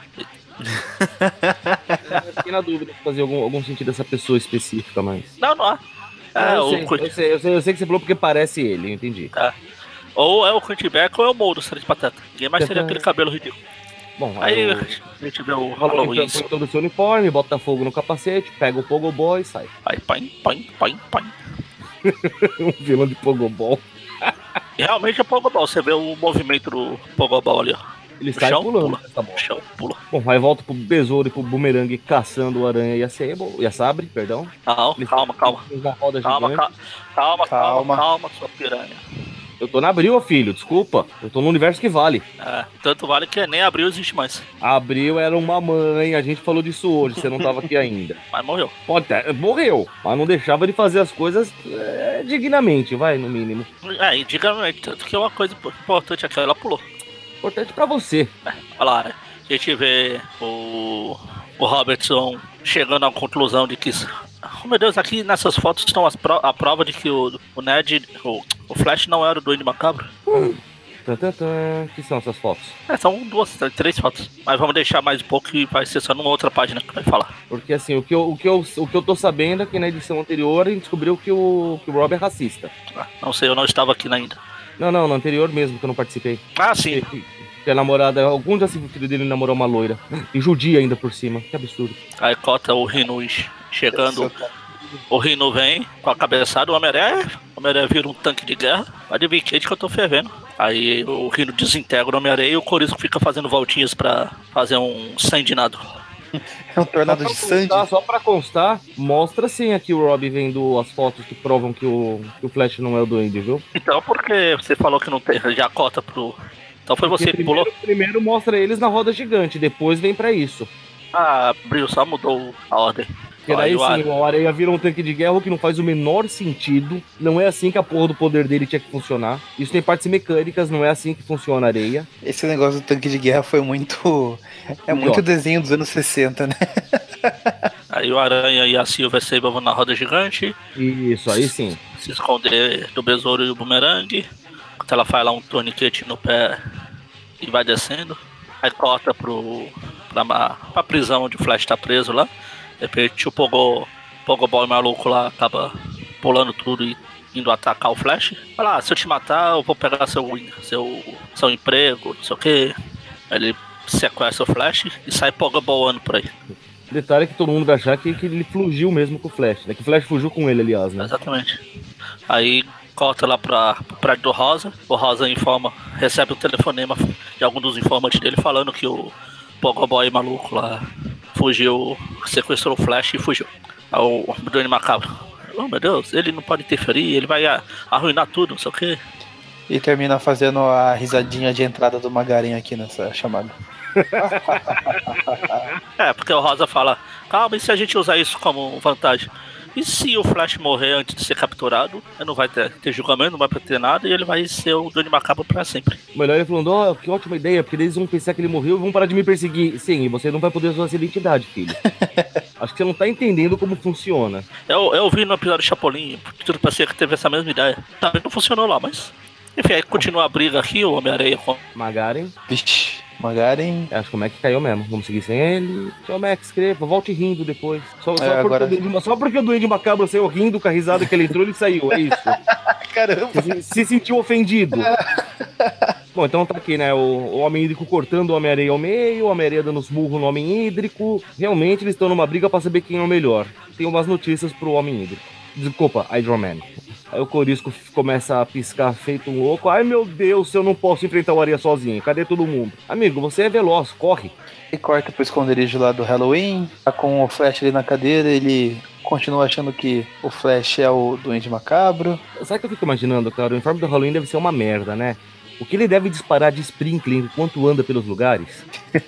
Eu fiquei na dúvida se fazia algum, algum sentido essa pessoa específica, mas. Não, não há. É, eu, o sei, Quentin- eu, sei, eu, sei, eu sei que você falou porque parece ele, eu entendi. ou é o Quentin Beck ou é o Moldo, série de pateta. Ninguém mais teria aquele cabelo ridículo. Bom, Aí aí a o gente vê o Halloween Halloween. põe todo o seu uniforme, bota fogo no capacete, pega o Pogobol e sai. Aí, pai, pai, pai, pai. Um vilão de Pogobol. E realmente é Pogobol, você vê o movimento do Pogobol ali, ó. Ele No sai chão, pulando pula. essa No bola. chão, pula. Bom, aí volta pro Besouro e pro Boomerang caçando o Aranha e a Sable, e a Sabre, perdão. Não, Eles calma, calma. estão na roda Calma, gigante. calma, calma, calma, Calma. calma, sua piranha. Eu tô na Abril, filho, desculpa. Eu tô no universo que vale. É, tanto vale que nem abril existe mais. A Abril era uma mãe, a gente falou disso hoje, você não tava aqui ainda. Mas morreu. Pode ter, morreu, mas não deixava de fazer as coisas é, dignamente, vai, no mínimo. É, e diga tanto que é uma coisa importante aqui, ela pulou. Importante pra você. Olha lá, a gente vê o, o Robertson chegando à conclusão de que. Oh meu Deus, aqui nessas fotos estão as pro, a prova de que o, o Ned, o, o Flash não era o Duende Macabro. Tan, tan, tan. Que são essas fotos? É, são duas, três fotos. Mas vamos deixar mais um pouco e vai ser só numa outra página que vai falar. Porque assim, o que eu, o que eu, o que eu tô sabendo é que na edição anterior a gente descobriu que o, que o Rob é racista. Ah, não sei, eu não estava aqui ainda. Não, não, no anterior mesmo, que eu não participei. Ah, sim. Que, que a namorada, algum já se o filho dele namorou uma loira. E judia ainda por cima. Que absurdo. Aí cota o Rino chegando. O Rino vem com a cabeçada, o Homem-Aranha. O Homem-Aranha vira um tanque de guerra. Adivinha que eu tô fervendo. Aí o Rino desintegra o Homem-Aranha e o Corisco fica fazendo voltinhas pra fazer um sandinado. É um tornado de Só pra sangue. constar, só pra constar, mostra sim aqui o Rob vendo as fotos que provam que o, que o Flash não é o Duende, viu? Então, porque você falou que não tem já cota pro. Então foi você Porque que primeiro, pulou. primeiro mostra eles na roda gigante, depois vem pra isso. Ah, abriu, só mudou a ordem. Porque daí Aí o sim, Aranha- o Areia vira um tanque de guerra, o que não faz o menor sentido. Não é assim que a porra do poder dele tinha que funcionar. Isso tem partes mecânicas, não é assim que funciona a Areia. Esse negócio do tanque de guerra foi muito. É muito Idiota. desenho dos anos sessenta, né? Aí o Aranha e a Silver Sable vão na roda gigante, Isso, aí sim. se esconder do Besouro e o Boomerang. Enquanto ela faz lá um torniquete no pé e vai descendo. Aí corta pro, pra, ma- pra prisão onde o Flash tá preso lá. De repente o Pogo, Pogobol maluco lá acaba pulando tudo e indo atacar o Flash. Fala, ah, se eu te matar, eu vou pegar seu, seu, seu emprego, não sei o que. Ele sequestra o Flash e sai Pogobolando por aí. Detalhe que todo mundo vai achar que, que ele fugiu mesmo com o Flash, né? Que o Flash fugiu com ele, aliás, né? Exatamente. Aí corta lá pra, pro prédio do Rosa. O Rosa informa, recebe um telefonema de algum dos informantes dele falando que o Pogoboy maluco lá fugiu, sequestrou o Flash e fugiu. Aí o Duende Macabro. Oh meu Deus, ele não pode interferir, ele vai a- arruinar tudo, não sei o que. E termina fazendo a risadinha de entrada do Magarin aqui nessa chamada. É, porque o Rosa fala, calma, e se a gente usar isso como vantagem? E se o Flash morrer antes de ser capturado, ele não vai ter, ter julgamento, não vai ter nada, e ele vai ser o Duende Macabro pra sempre. O melhor ele falando, ó, oh, que ótima ideia, porque eles vão pensar que ele morreu e vão parar de me perseguir. Sim, e você não vai poder usar essa identidade, filho. Acho que você não tá entendendo como funciona. Eu, eu vi no episódio de Chapolin, tudo parecia que teve essa mesma ideia. Também não funcionou lá, mas... Enfim, aí continua a briga aqui, o Homem-Areia com... Magaren. Vixe, Magaren... Acho que o Mac caiu mesmo, vamos seguir sem ele. Tchau, Mac, escreva, volte rindo depois. Só, só, é, porque, agora... o Duende, só porque o Duende Macabro saiu rindo com a risada que ele entrou, ele saiu, é isso. Caramba! Se, se sentiu ofendido. Bom, então tá aqui, né, o, o Homem Hídrico cortando o Homem-Areia ao meio, o Homem-Areia dando os murros no Homem Hídrico. Realmente eles estão numa briga pra saber quem é o melhor. Tem umas notícias pro Homem Hídrico. Desculpa, Hydro Man. Aí o Corisco começa a piscar feito um louco. Ai meu Deus, eu não posso enfrentar o Areia sozinho. Cadê todo mundo? Amigo, você é veloz, corre. E corta pro esconderijo lá do Halloween. Tá com o Flash ali na cadeira, ele continua achando que o Flash é o Duende Macabro. Sabe o que eu fico imaginando, cara? O uniforme do Halloween deve ser uma merda, né? O que ele deve disparar de sprinkler enquanto anda pelos lugares?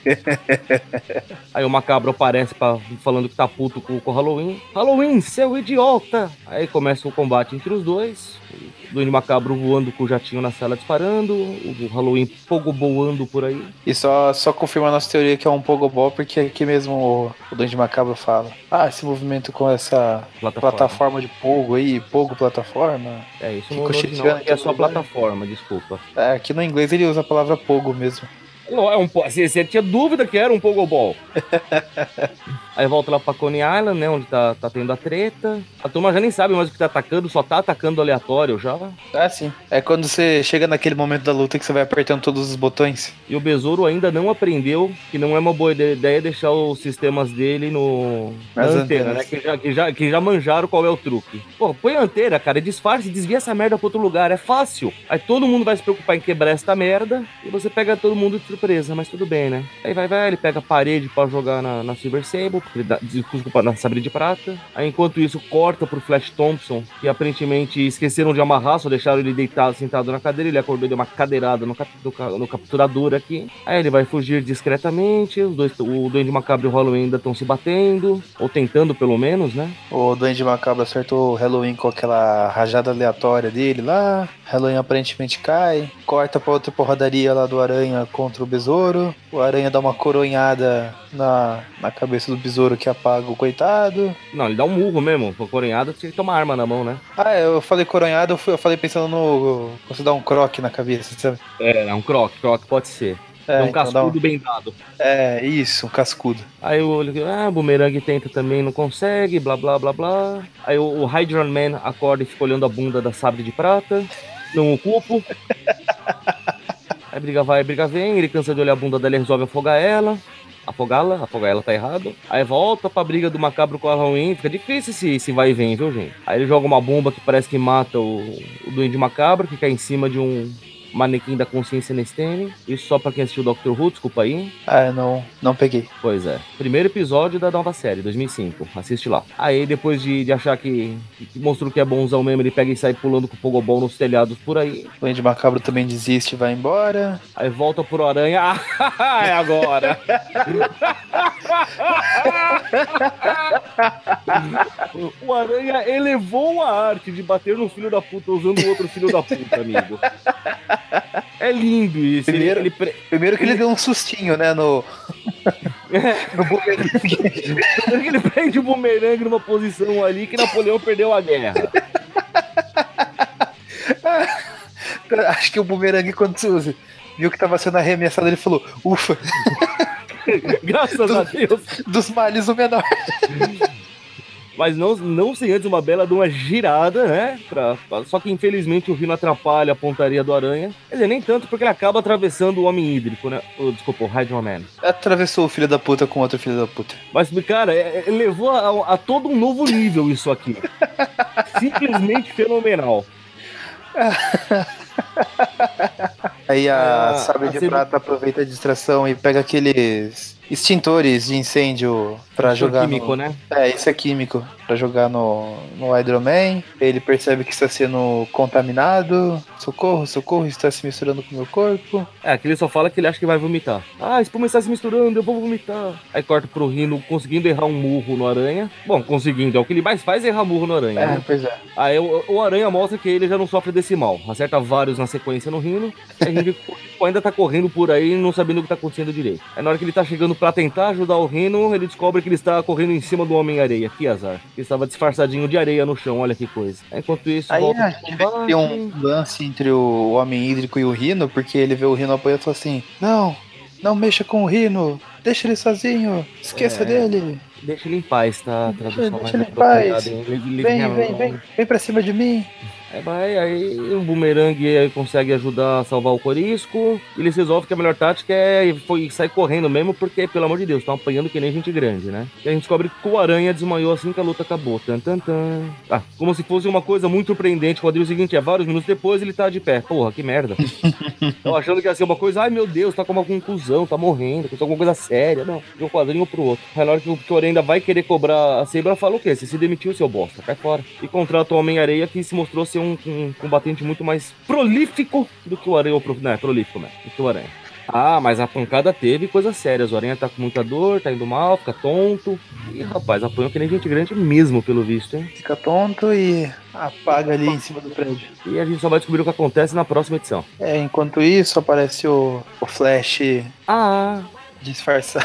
Aí o Macabro aparece pra, falando que tá puto com, com o Halloween. Halloween, seu idiota! Aí começa o combate entre os dois. O Duende Macabro voando com o jatinho na sala disparando. O Halloween pogoboando por aí. E só, só confirma a nossa teoria que é um pogobol, porque aqui mesmo o, o Duende Macabro fala: ah, esse movimento com essa plataforma, plataforma de pogo aí, pogo plataforma. É, isso no, no original é só plataforma, desculpa. É, aqui no inglês ele usa a palavra pogo mesmo. Não, é um, você, você tinha dúvida que era um pogobol. Aí volta lá pra Coney Island, né, onde tá, tá tendo a treta. A turma já nem sabe mais o que tá atacando, só tá atacando aleatório já. Ah, sim. É quando você chega naquele momento da luta que você vai apertando todos os botões. E o Besouro ainda não aprendeu que não é uma boa ideia deixar os sistemas dele no... na As antena, né, que já, que, já, que já manjaram qual é o truque. Pô, põe a antena, cara, disfarce, desvia essa merda pra outro lugar, é fácil. Aí todo mundo vai se preocupar em quebrar esta merda e você pega todo mundo de surpresa, mas tudo bem, né? Aí vai, vai, ele pega a parede pra jogar na, na Silver Sable, dá, desculpa, na Sabre de Prata. Aí enquanto isso, corta pro Flash Thompson, que aparentemente esqueceram de amarrar, só deixaram ele deitado, sentado na cadeira, ele acordou e deu uma cadeirada no, cap, no, no capturador aqui. Aí ele vai fugir discretamente, os dois, o Duende Macabro e o Halloween ainda estão se batendo, ou tentando pelo menos, né? O Duende Macabro acertou o Halloween com aquela rajada aleatória dele lá, Halloween aparentemente cai, corta pra outra porradaria lá do Aranha contra o Besouro. O Aranha dá uma coronhada na, na cabeça do Besouro que apaga o coitado. Não, ele dá um murro mesmo. Com coronhada, tinha que tomar arma na mão, né? Ah, eu falei coronhada, eu, fui, eu falei pensando no... Você dá um croque na cabeça, sabe? É, um croque, croque pode ser. É, um então cascudo um... bem dado. É, isso, um cascudo. Aí o ah, Boomerang tenta também, não consegue, blá, blá, blá, blá. Aí o, o Hydro Man acorda e fica olhando a bunda da Sabre de Prata. Não o culpo. Aí briga vai, briga vem, ele cansa de olhar a bunda dela e resolve afogar ela. Afogá-la, afogar ela tá errado. Aí volta pra briga do Macabro com a Halloween. Fica difícil esse, esse vai e vem, viu, gente? Aí ele joga uma bomba que parece que mata o, o Duende Macabro, que cai em cima de um manequim da consciência Nestene. Isso só pra quem assistiu o doutor Who, desculpa aí. Ah, não, não peguei. Pois é. Primeiro episódio da nova série, dois mil e cinco. Assiste lá. Aí depois de, de achar que, que mostrou que é bonzão mesmo, ele pega e sai pulando com o pogobol nos telhados por aí. O Duende Macabro também desiste e vai embora. Aí volta pro Aranha. Ah, é agora! O Aranha elevou a arte de bater no filho da puta usando o outro filho da puta, amigo. É lindo isso. Primeiro, ele, ele, primeiro que ele, ele deu um sustinho, né, no... no bumerangue. Primeiro que ele prende o bumerangue numa posição ali que Napoleão perdeu a guerra. Acho que o bumerangue, quando viu que tava sendo arremessado, ele falou, ufa. Graças do, a Deus. Dos males o menor. Mas não, não sem antes uma bela de uma girada, né? Pra, pra, só que infelizmente o Rino atrapalha a pontaria do Aranha. Quer dizer, nem tanto porque ele acaba atravessando o Homem Hídrico, né? Oh, desculpa, o Hydro Man. Atravessou o filho da puta com outro filho da puta. Mas, cara, é, é, levou a, a todo um novo nível isso aqui. Simplesmente fenomenal. Aí a ah, Sabre a de Sabre... Prata aproveita a distração e pega aqueles extintores de incêndio pra Extintor jogar químico, no... né? É, isso é químico. Pra jogar no, no Hydro-Man. Ele percebe que está sendo contaminado. Socorro, socorro, está se misturando com o meu corpo. É, que ele só fala que ele acha que vai vomitar. Ah, a espuma está se misturando, eu vou vomitar. Aí corta pro Rino conseguindo errar um murro no Aranha. Bom, conseguindo, é o que ele mais faz é errar murro no Aranha, É, né? pois é. Aí o, o Aranha mostra que ele já não sofre desse mal. Acerta vários na sequência no Rino. E a gente ainda tá correndo por aí, não sabendo o que tá acontecendo direito. Aí na hora que ele tá chegando pra tentar ajudar o Rino, ele descobre que ele está correndo em cima do Homem-Areia. Que azar. Ele estava disfarçadinho de areia no chão, olha que coisa. Aí, enquanto isso, Aí volta a pro gente vê que combate. tem um lance entre o Homem Hídrico e o Rino, porque ele vê o Rino apanhando e fala assim: Não, não mexa com o Rino, deixa ele sozinho, esqueça É. dele. Deixa ele em paz, tá? A tradução mais Deixa ele em apropriada. paz. Em inglês, leave Vem, him vem, alone. vem, vem pra cima de mim. Aí vai, aí o Boomerang aí consegue ajudar a salvar o Corisco. E eles resolvem que a melhor tática é foi sair correndo mesmo, porque, pelo amor de Deus, estão apanhando que nem gente grande, né? E a gente descobre que o Aranha desmaiou assim que a luta acabou. Tan, tan, tan. Ah, como se fosse uma coisa muito surpreendente. O quadrinho seguinte é vários minutos depois ele tá de pé. Porra, que merda. Eu achando que ia ser uma coisa, ai meu Deus, tá com uma conclusão, tá morrendo, aconteceu alguma coisa séria. Não, de um quadrinho pro outro. Aí na hora que o, que o Aranha ainda vai querer cobrar a Saber, fala o quê? Você se demitiu, seu bosta, cai fora. E contrata o Homem-Areia, que se mostrou ser um, um combatente muito mais prolífico do que o Aranha. Não, é prolífico mesmo, do que o Aranha. Ah, mas a pancada teve coisas sérias. O Aranha tá com muita dor, tá indo mal, fica tonto. E rapaz, apanhou que nem gente grande mesmo, pelo visto, hein? Fica tonto e apaga ali em cima do prédio. E a gente só vai descobrir o que acontece na próxima edição. É, enquanto isso, aparece o, o Flash Ah, disfarçado.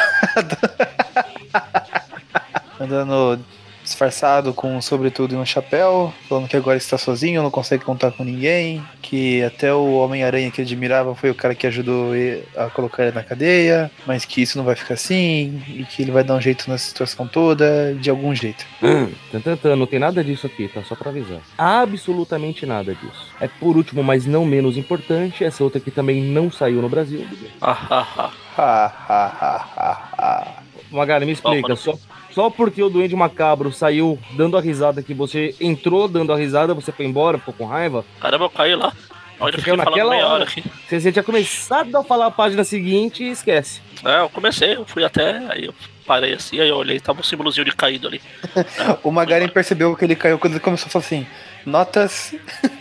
Andando disfarçado com um sobretudo e um chapéu, falando que agora está sozinho, não consegue contar com ninguém, que até o Homem-Aranha que admirava foi o cara que ajudou ele a colocar ele na cadeia, mas que isso não vai ficar assim, e que ele vai dar um jeito na situação toda, de algum jeito. tan, tan, tan, não tem nada disso aqui, tá? Só pra avisar. Absolutamente nada disso. É por último, mas não menos importante, essa outra aqui também não saiu no Brasil. Ah, ah, ah. Ha, ha, ha, ha, ha. Magari, me explica, só, só porque o Duende Macabro saiu dando a risada que você entrou dando a risada, você foi embora, ficou com raiva? Caramba, eu caí lá. Olha, eu Você fiquei caiu falando naquela meia hora hora. aqui. Você, você tinha começado a falar a página seguinte e esquece. É, eu comecei, eu fui até, aí eu parei assim, aí eu olhei, tava um símbolozinho de caído ali. O Magaren percebeu que ele caiu quando ele começou a falar assim: notas.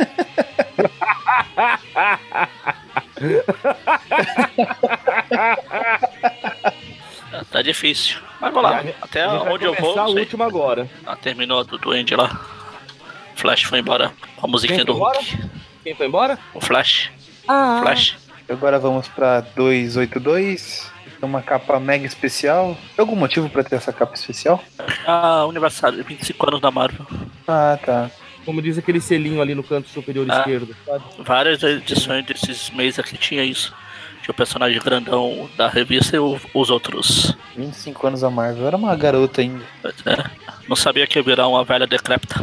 Tá difícil. Mas vamos lá, até A gente vai onde eu vou, começar a não sei. última agora. Ah, terminou a do Duende lá. O Flash foi embora com a musiquinha Quem foi do embora? Hulk. Quem foi embora? O Flash. Ah, Flash. Agora vamos pra duzentos e oitenta e dois. Uma capa mega especial. Tem algum motivo pra ter essa capa especial? Ah, aniversário, vinte e cinco anos da Marvel. Ah, tá. como diz aquele selinho ali no canto superior Ah. esquerdo, sabe? Várias edições desses meses aqui tinha isso. Tinha o personagem grandão da revista e o- os outros. vinte e cinco anos a Marvel. Eu era uma garota ainda. É, não sabia que ia virar uma velha decrépita.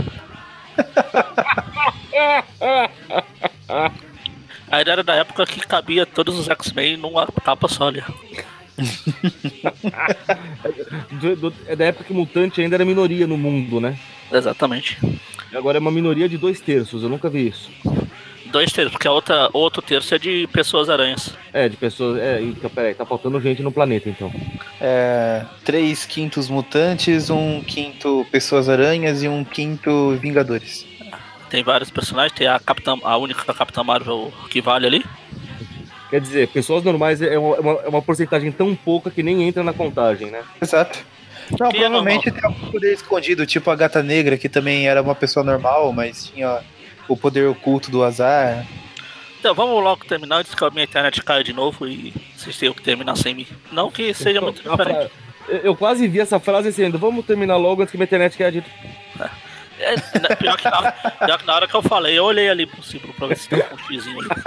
A ideia era da época que cabia todos os X-Men numa capa só ali. Do- do- é da época que mutante ainda era minoria no mundo, né? Exatamente. Agora é uma minoria de dois terços, eu nunca vi isso. Dois terços, porque a outra, o outro terço é de pessoas aranhas. É, de pessoas. É, então, peraí, tá faltando gente no planeta então. É, três quintos mutantes, um quinto pessoas aranhas e um quinto vingadores. Tem vários personagens, tem a Capitã, a única Capitã Marvel que vale ali. Quer dizer, pessoas normais é uma, é uma, é uma porcentagem tão pouca que nem entra na contagem, né? Exato. Não, Que é provavelmente tem algum poder escondido, tipo a Gata Negra, que também era uma pessoa normal, mas tinha o poder oculto do azar. Então vamos logo terminar antes que a minha internet caia de novo e vocês tenham que terminar sem mim. Não que seja muito A fra- diferente. Eu eu quase vi essa frase sendo, vamos terminar logo antes que minha internet caia de... É, na- pior, que na, pior que na hora que eu falei, eu olhei ali pro símbolo pra ver se tem um xizinho ali.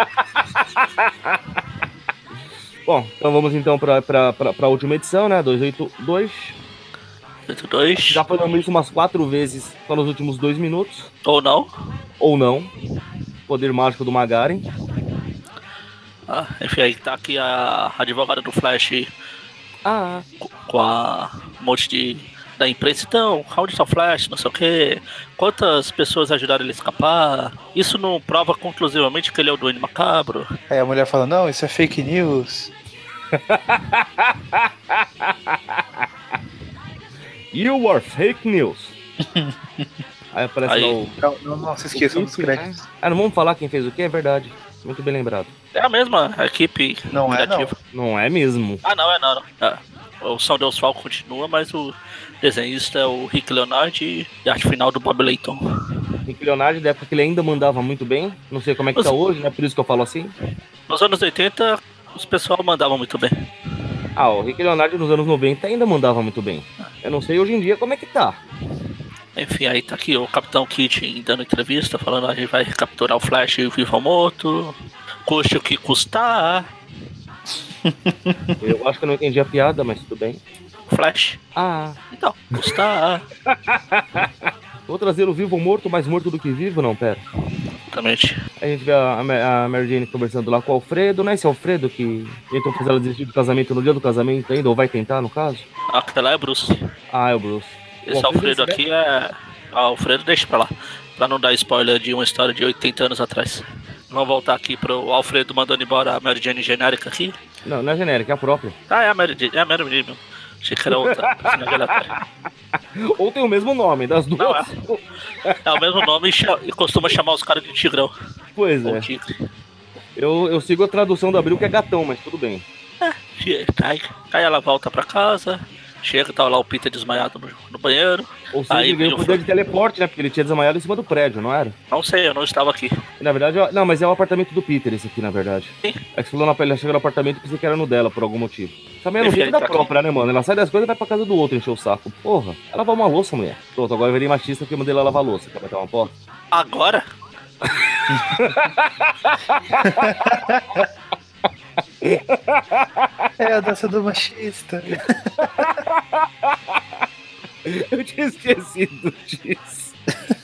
Bom, então vamos então pra, pra, pra, pra última edição, né? duzentos e oitenta e dois. oito dois. Já falamos isso umas quatro vezes só nos últimos dois minutos. Ou não. Ou não. Poder mágico do Magaren. Ah, enfim, aí tá aqui a advogada do Flash Ah, co- com a um monte de da imprensa. Então, onde está o Flash, não sei o que. Quantas pessoas ajudaram ele a escapar? Isso não prova conclusivamente que ele é o Duende Macabro. Aí a mulher fala, não, isso é fake news. You are fake news. Aí aparece Aí. lá o... Não, não, não se esqueçam dos Felipe, né? créditos. Ah, não vamos falar quem fez o quê? É verdade. Muito bem lembrado. É a mesma equipe Não é, criativa. Não é mesmo. Ah, não, é não. não. É. O São Deus Fall continua, mas o desenhista é o Rick Leonardi e a arte final do Bob Layton. Rick Leonardi, da época que ele ainda mandava muito bem. Não sei como é que Mas- tá hoje, né? Por isso que eu falo assim. Nos anos oitenta, os pessoal mandavam muito bem. Ah, o Rick Leonardi nos anos noventa ainda mandava muito bem. Eu não sei hoje em dia como é que tá. Enfim, aí tá aqui o Capitão Kit dando entrevista, falando que a gente vai capturar o Flash e o Vivamoto. Custe o que custar. Eu acho que eu não entendi a piada, mas tudo bem. Flash. Ah, Então, custar. vou trazer o vivo morto, mais morto do que vivo? Não, pera. Exatamente. A gente vê a, a Mary Jane conversando lá com o Alfredo, né? Esse Alfredo que tentou fazer ela desistir do casamento no dia do casamento ainda, ou vai tentar, no caso. Aquela é Bruce. Ah, é o Bruce. O Esse Alfredo esse- aqui é. Ah, Alfredo deixa pra lá. Pra não dar spoiler de uma história de oitenta anos atrás. Vamos voltar aqui pro Alfredo mandando embora a Mary Jane genérica aqui. Não, não é genérica, é a própria. Ah, é a Mary Jane, é a Mary Jane mesmo. Achei que era outra personagem aleatória. Ou tem o mesmo nome, das duas. Não, é. É o mesmo nome e, cha- e costuma chamar os caras de Tigrão. Pois Ou é. Tigre. Eu, eu sigo a tradução da Abril, que é gatão, mas tudo bem. Che- Aí, aí ela volta pra casa. Chega, tá lá o Peter desmaiado no, no banheiro. Ou seja, Aí ele ganhou vem o o poder de teleporte, né? Porque ele tinha desmaiado em cima do prédio, não era? Não sei, eu não estava aqui. E, na verdade, eu- não, mas é o apartamento do Peter, esse aqui, na verdade. Sim. É que você falou na pele, ela chega no apartamento e pensei que era no dela, por algum motivo. Também é no Enfim, jeito da tá aqui. própria, né, mano? Ela sai das coisas e vai pra casa do outro encher o saco. Porra, ela lava uma louça, mulher. Pronto, agora eu virei machista porque eu mandei ela lavar louça. Quer bater uma porta? Agora? É a dança do machista. Eu tinha esquecido disso.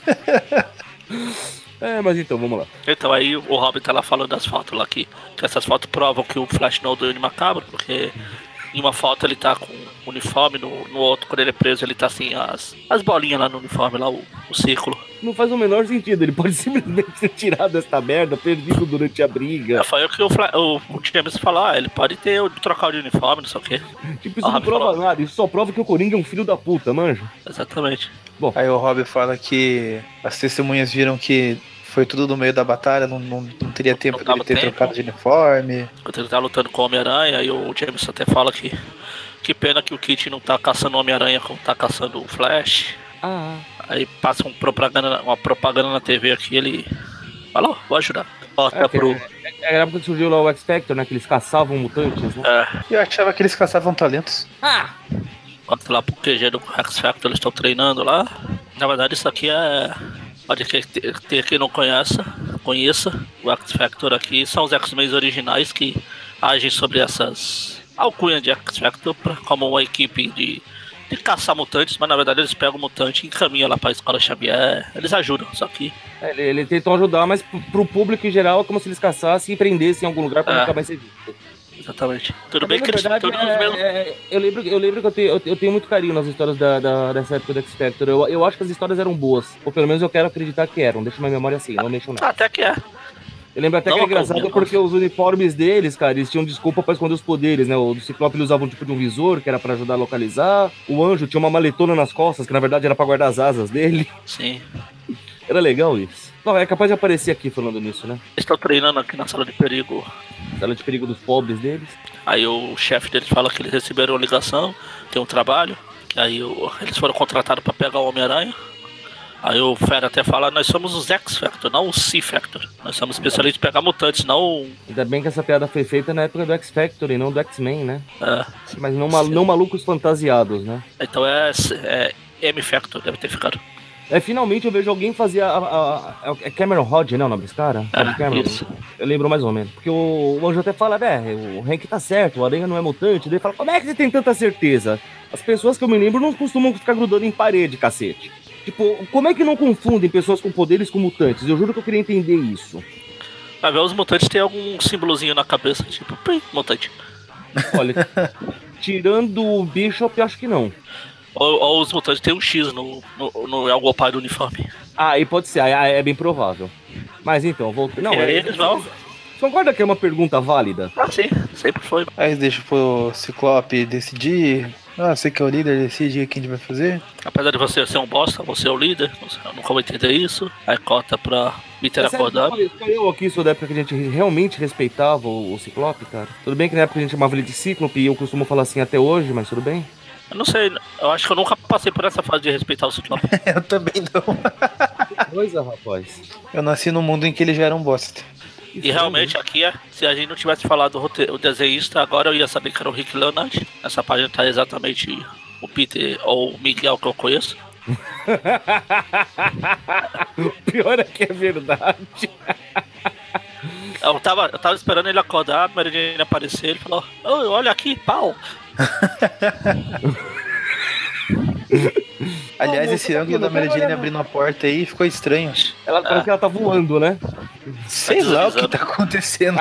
É, mas então, vamos lá. Então aí o Robin tá lá falando das fotos lá aqui. Que essas fotos provam que o Flash não é o Duende Macabro, porque em uma foto ele tá com o uniforme, no, no outro, quando ele é preso, ele tá assim, as, as bolinhas lá no uniforme, lá o, o círculo. Não faz o menor sentido, ele pode simplesmente ser tirado desta merda, perdido durante a briga. Foi o que o, Fla- o, o James falou, ah, ele pode ter o trocar de uniforme, não sei o quê. Tipo, isso Ah, não prova falou. nada, isso só prova que o Coringa é um filho da puta, manja. Exatamente. Aí o Rob fala que as testemunhas viram que foi tudo no meio da batalha, não, não, não teria Não tempo dava dele ter tempo. trocado de uniforme. Quando ele tá lutando com o Homem-Aranha, aí o James até fala que que pena que o Kit não tá caçando o Homem-Aranha como tá caçando o Flash. Ah, Aí passa um propaganda, uma propaganda na T V aqui, ele falou, vou ajudar. Volta é, pro. é, é a época que surgiu lá o X-Factor, né? Que eles caçavam mutantes, né? É, Eu achava que eles caçavam talentos. Ah! volta lá pro Q G do X-Factor, eles estão treinando lá. Na verdade, isso aqui é. Pode ter, ter quem não conheça, conheça. O X-Factor aqui são os X-Men originais que agem sobre essas alcunhas de X-Factor pra- como uma equipe de, de caçar mutantes, mas na verdade eles pegam o mutante e encaminham lá pra Escola Xavier. Eles ajudam, só que. É, ele, ele tentou ajudar, mas pro, pro público em geral é como se eles caçassem e prendessem em algum lugar pra É. nunca mais ser visto. Exatamente. Tudo Também, bem que na eles verdade, todos os é- mesmos. é- eu lembro, eu lembro que eu tenho, eu, eu tenho muito carinho nas histórias da, da- dessa época do X-Factor. Eu, eu acho que as histórias eram boas. Ou pelo menos eu quero acreditar que eram. Deixa minha memória assim, não mexam nada. Até que é. Eu lembro até Não, que é não, engraçado não. porque os uniformes deles, cara, eles tinham desculpa pra esconder os poderes, né? O do Ciclope ele usava um tipo de um visor, que era pra ajudar a localizar. O Anjo tinha uma maletona nas costas, que na verdade era pra guardar as asas dele. Sim. Era legal isso. Não, é capaz de aparecer aqui falando nisso, né? Eles estão treinando aqui na sala de perigo. Sala de perigo dos pobres deles. Aí o chefe deles fala que eles receberam uma ligação, tem um trabalho. Que aí o- eles foram contratados pra pegar o Homem-Aranha. Aí o Fera até fala, nós somos os X-Factor, não os C-Factor. Nós somos especialistas em pegar mutantes, não... Ainda bem que essa piada foi feita na época do X-Factor e não do X-Men, né? É, Mas não, ma- não malucos fantasiados, né? então é, é M-Factor, deve ter ficado. É, finalmente eu vejo alguém fazer a... a- a- é Cameron Hodge, né, o nome desse cara? É, Hodge Cameron. isso. Eu lembro mais ou menos. Porque o, o Anjo até fala, é, o Hank tá certo, o Aranha não é mutante. Daí ele fala, como é que você tem tanta certeza? As pessoas que eu me lembro não costumam ficar grudando em parede, cacete. Tipo, como é que não confundem pessoas com poderes com mutantes? Eu juro que eu queria entender isso. Vai ver, os mutantes têm algum símbolozinho na cabeça, tipo, pim, mutante. Olha, tirando o Bishop, eu acho que não. Ou, ou os mutantes têm um X no, no, no, em algum par do uniforme. Ah, aí pode ser, aí, aí é bem provável. Mas então, voltando. Não, E aí é, eles vão. Você concorda que é uma pergunta válida? Ah, sim, sempre foi. Aí deixa pro Ciclope decidir. Ah, você que é o líder, decide quem a gente vai fazer. Apesar de você ser um bosta, você é o líder. Eu nunca vou entender isso. Aí corta pra Peter É sério, acordado. eu falei, eu aqui sou da época que a gente realmente respeitava o, o Ciclope, cara. Tudo bem que na época a gente chamava ele de Cíclope e eu costumo falar assim até hoje, mas tudo bem. Eu não sei, eu acho que eu nunca passei por essa fase de respeitar o Ciclope. Eu também não. Que coisa, rapaz. Eu nasci num mundo em que ele já era um bosta. E realmente aqui, se a gente não tivesse falado o, rote- o desenhista, agora eu ia saber que era o Rick Leonard. Essa página tá exatamente o Peter ou o Miguel que eu conheço. O pior é que é verdade. Eu tava, eu tava esperando ele acordar, a Mary Jane aparecer, ele falou, "Ô, olha aqui, pau." Aliás, Não, esse não, ângulo não, da Mary não, Jane não. abrindo a porta aí ficou estranho. Ela parece que ela tá voando, né? Sei lá o que tá acontecendo.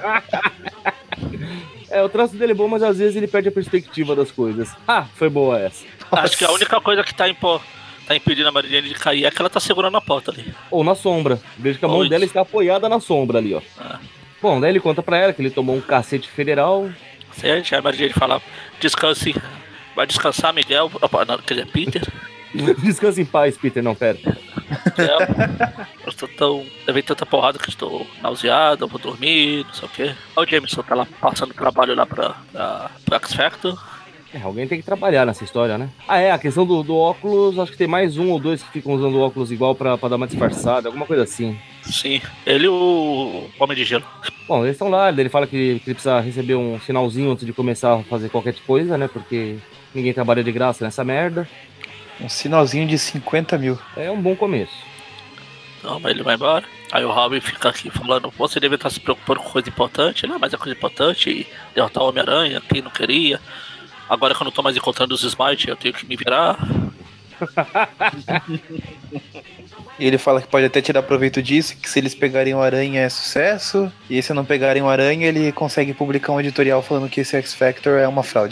É, o traço dele é bom, mas às vezes ele perde a perspectiva das coisas. Ah, foi boa essa. Acho que a única coisa que tá, impo- tá impedindo a Mary Jane de cair é que ela tá segurando a porta ali. Ou na sombra. Veja que a mão Oi. dela está apoiada na sombra ali, ó. Ah. Bom, daí ele conta pra ela que ele tomou um cacete federal. Certo? Aí a Mary Jane fala, descanse, vai descansar, Miguel. Opa, não, quer dizer, Peter. Descansa em paz, Peter, não, pera. É, eu tô tão. Levei tanta porrada que estou nauseado, eu vou dormir, não sei o quê. Aí o Jameson tá lá passando trabalho lá pra, pra, pra X Factor. É, alguém tem que trabalhar nessa história, né? Ah, é, a questão do, do óculos, acho que tem mais um ou dois que ficam usando o óculos igual pra, pra dar uma disfarçada, alguma coisa assim. Sim, ele e o Homem de Gelo. Bom, eles estão lá, ele fala que, que ele precisa receber um sinalzinho antes de começar a fazer qualquer coisa, né? Porque ninguém trabalha de graça nessa merda. Um sinalzinho de cinquenta mil. É um bom começo. Então, ele vai embora. Aí o Robin fica aqui falando, você deve estar se preocupando com coisa importante. Ele, ah, mas é coisa importante derrotar o Homem-Aranha, quem não queria. Agora que eu não tô mais encontrando os Smite, eu tenho que me virar. E ele fala que pode até tirar proveito disso, que se eles pegarem o Aranha é sucesso, e se não pegarem o Aranha, ele consegue publicar um editorial falando que esse X Factor é uma fraude.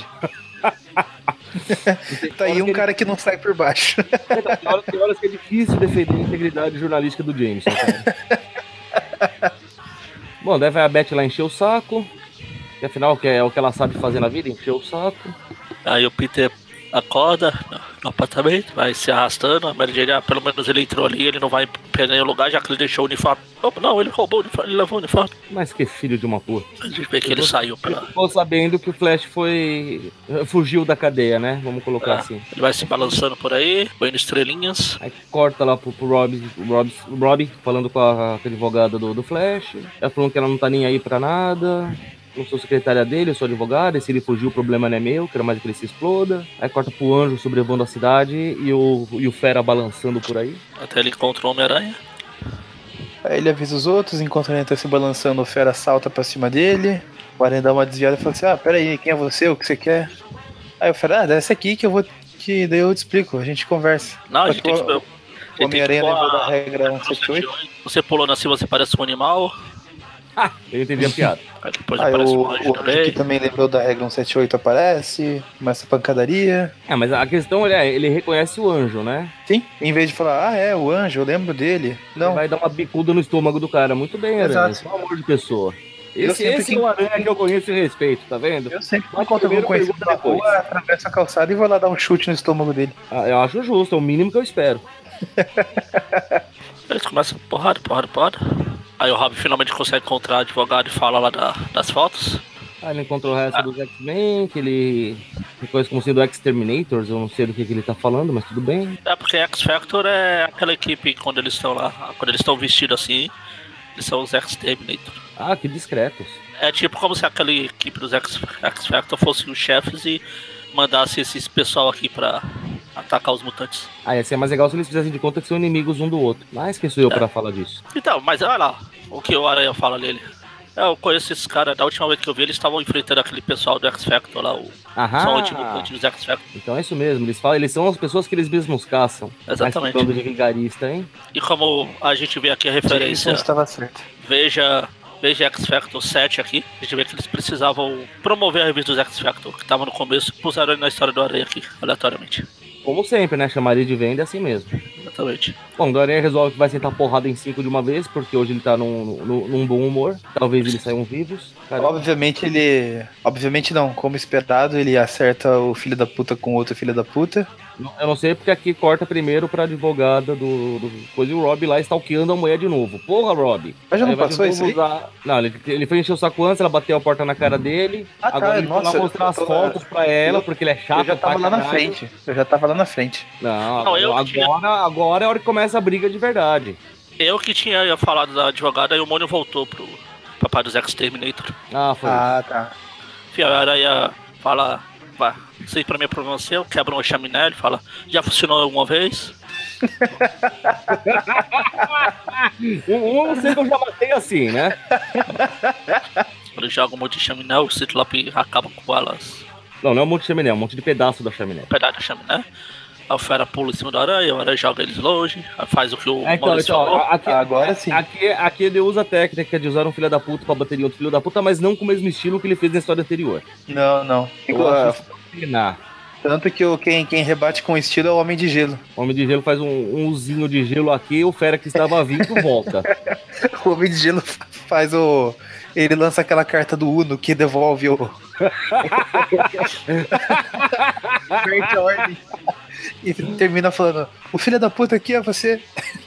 Tá aí um cara que não sai por baixo. Tem horas, tem horas que é difícil defender a integridade jornalística do James. Né? Bom, daí vai a Beth lá encher o saco. Que afinal que é o que ela sabe fazer na vida, encher o saco. Aí o Peter acorda no, no apartamento, vai se arrastando. A Mary Jane, ah, pelo menos ele entrou ali, ele não vai perder nenhum lugar, já que ele deixou o uniforme. Opa, não, ele roubou o uniforme, ele levou o uniforme. Mas que filho de uma porra. A gente vê que ele saiu pra. Ficou sabendo que o Flash foi. Fugiu da cadeia, né? Vamos colocar Ah, assim. ele vai se balançando por aí, banhando estrelinhas. Aí corta lá pro, pro Rob, Rob, Rob falando com a, com a advogada do, do Flash. Ela falando que ela não tá nem aí pra nada. Não sou secretária dele, eu sou advogada. E se ele fugir, o problema não é meu, quero mais que ele se exploda. Aí corta pro Anjo sobrevoando a cidade e o, e o Fera balançando por aí. Até ele encontra o Homem-Aranha. Aí ele avisa os outros, enquanto ele tá se balançando, o Fera salta pra cima dele. O Aranha dá uma desviada e fala assim, ah, pera aí, quem é você? O que você quer? Aí o Fera, ah, desce aqui que eu vou, que daí eu te explico, a gente conversa. Não, a Só gente que tem que. o o Homem-Aranha lembrou da regra cento e setenta e oito. Você pulando assim, você parece um animal. Ah, eu entendi a piada. Aí depois Aí aparece o, um anjo o Anjo também. que também lembrou da regra cento e setenta e oito aparece, começa a pancadaria. É, mas a questão é, ele reconhece o Anjo, né? Sim, em vez de falar, ah é, o Anjo, eu lembro dele. Não, Vai dar uma bicuda no estômago do cara. Muito bem, Aranha. Exato. Só um amor de pessoa. Eu Esse, sempre esse que- é o Aranha que eu conheço e respeito, tá vendo? eu sempre Mas enquanto eu vou primeiro conhecer pergunta na depois. rua, atravesso a calçada e vou lá dar um chute no estômago dele. Ah, eu acho justo, é o mínimo que eu espero. Eles começam porrada, porrada, porrada. Aí o Robin finalmente consegue encontrar o advogado e fala lá da- das fotos. Aí ele encontra o resto dos X-Men, que ele reconhece como sendo X-Terminators, eu não sei do que, que ele tá falando, mas tudo bem. É porque X Factor é aquela equipe quando eles estão lá, quando eles estão vestidos assim, eles são os X-Terminator. Ah, que discretos. É tipo como se aquela equipe dos X, X Factor fosse os chefes e mandasse esses pessoal aqui pra atacar os mutantes. Ah, ia ser mais legal se eles fizessem de conta que são inimigos um do outro. Mas quem sou eu pra falar disso? Então, mas olha lá, o que o Aranha fala dele. Eu conheço esses caras, da última vez que eu vi, eles estavam enfrentando aquele pessoal do X Factor lá, o Aham. são anti-mutantes dos X Factor. Então é isso mesmo, eles falam, eles são as pessoas que eles mesmos caçam. Exatamente. Mas de vigarista, hein? E como a gente vê aqui a referência, Jason estava certo. veja, veja X Factor sete aqui, a gente vê que eles precisavam promover a revista dos X Factor, que tava no começo, puseram ele na história do Aranha aqui, aleatoriamente. Como sempre, né? Chamaria de venda é assim mesmo. Exatamente. Bom, o Aranha resolve que vai sentar porrada em cinco de uma vez, porque hoje ele tá num, num, num bom humor. Talvez eles saiam vivos. Caramba. Obviamente ele. Obviamente não, como esperado, ele acerta o filho da puta com outro filho da puta. Eu não sei porque aqui corta primeiro pra advogada do, do coisa e o Rob lá stalkeando a mulher de novo. Porra, Rob. Mas já não Aí vai de passou novo isso aí? usar- Não, ele, ele foi encher o saco antes, ela bateu a porta na cara dele. Ah, tá, agora ele foi nossa, lá mostrar eu as tô- fotos pra ela, eu- porque ele é chato. Eu já tava pra lá na caralho. frente. Eu já tava lá na frente. Não, Não, eu agora, que tinha- agora é a hora que começa a briga de verdade. Eu que tinha falado da advogada e o Mônio voltou pro papai dos Exterminator. Ah, foi. Ah, tá. Enfim, a aranha fala, vá, isso aí pra mim é problema seu, quebra uma chaminé, ele fala, já funcionou alguma vez? Um, um eu sei que eu já matei assim, né? Ele joga um monte de chaminé, o Ciclope acaba com elas, Não, não é um monte de chaminé, é um monte de pedaço da chaminé. um pedaço da chaminé. Aí o Fera pula em cima da aranha, a aranha joga eles longe, aí faz o que o É, então, Maurício então, falou. aqui, Agora sim. Aqui, aqui ele usa a técnica de usar um filho da puta pra bater em outro filho da puta, mas não com o mesmo estilo que ele fez na história anterior. Não, não. Eu acho isso na. Tanto que o, quem, quem rebate com estilo é o Homem de Gelo. O Homem de Gelo faz um, um usinho de gelo aqui, o Fera que estava vindo volta. O Homem de Gelo faz o. Ele lança aquela carta do Uno que devolve o. Inverte a ordem. E termina falando: o filho da puta aqui é você.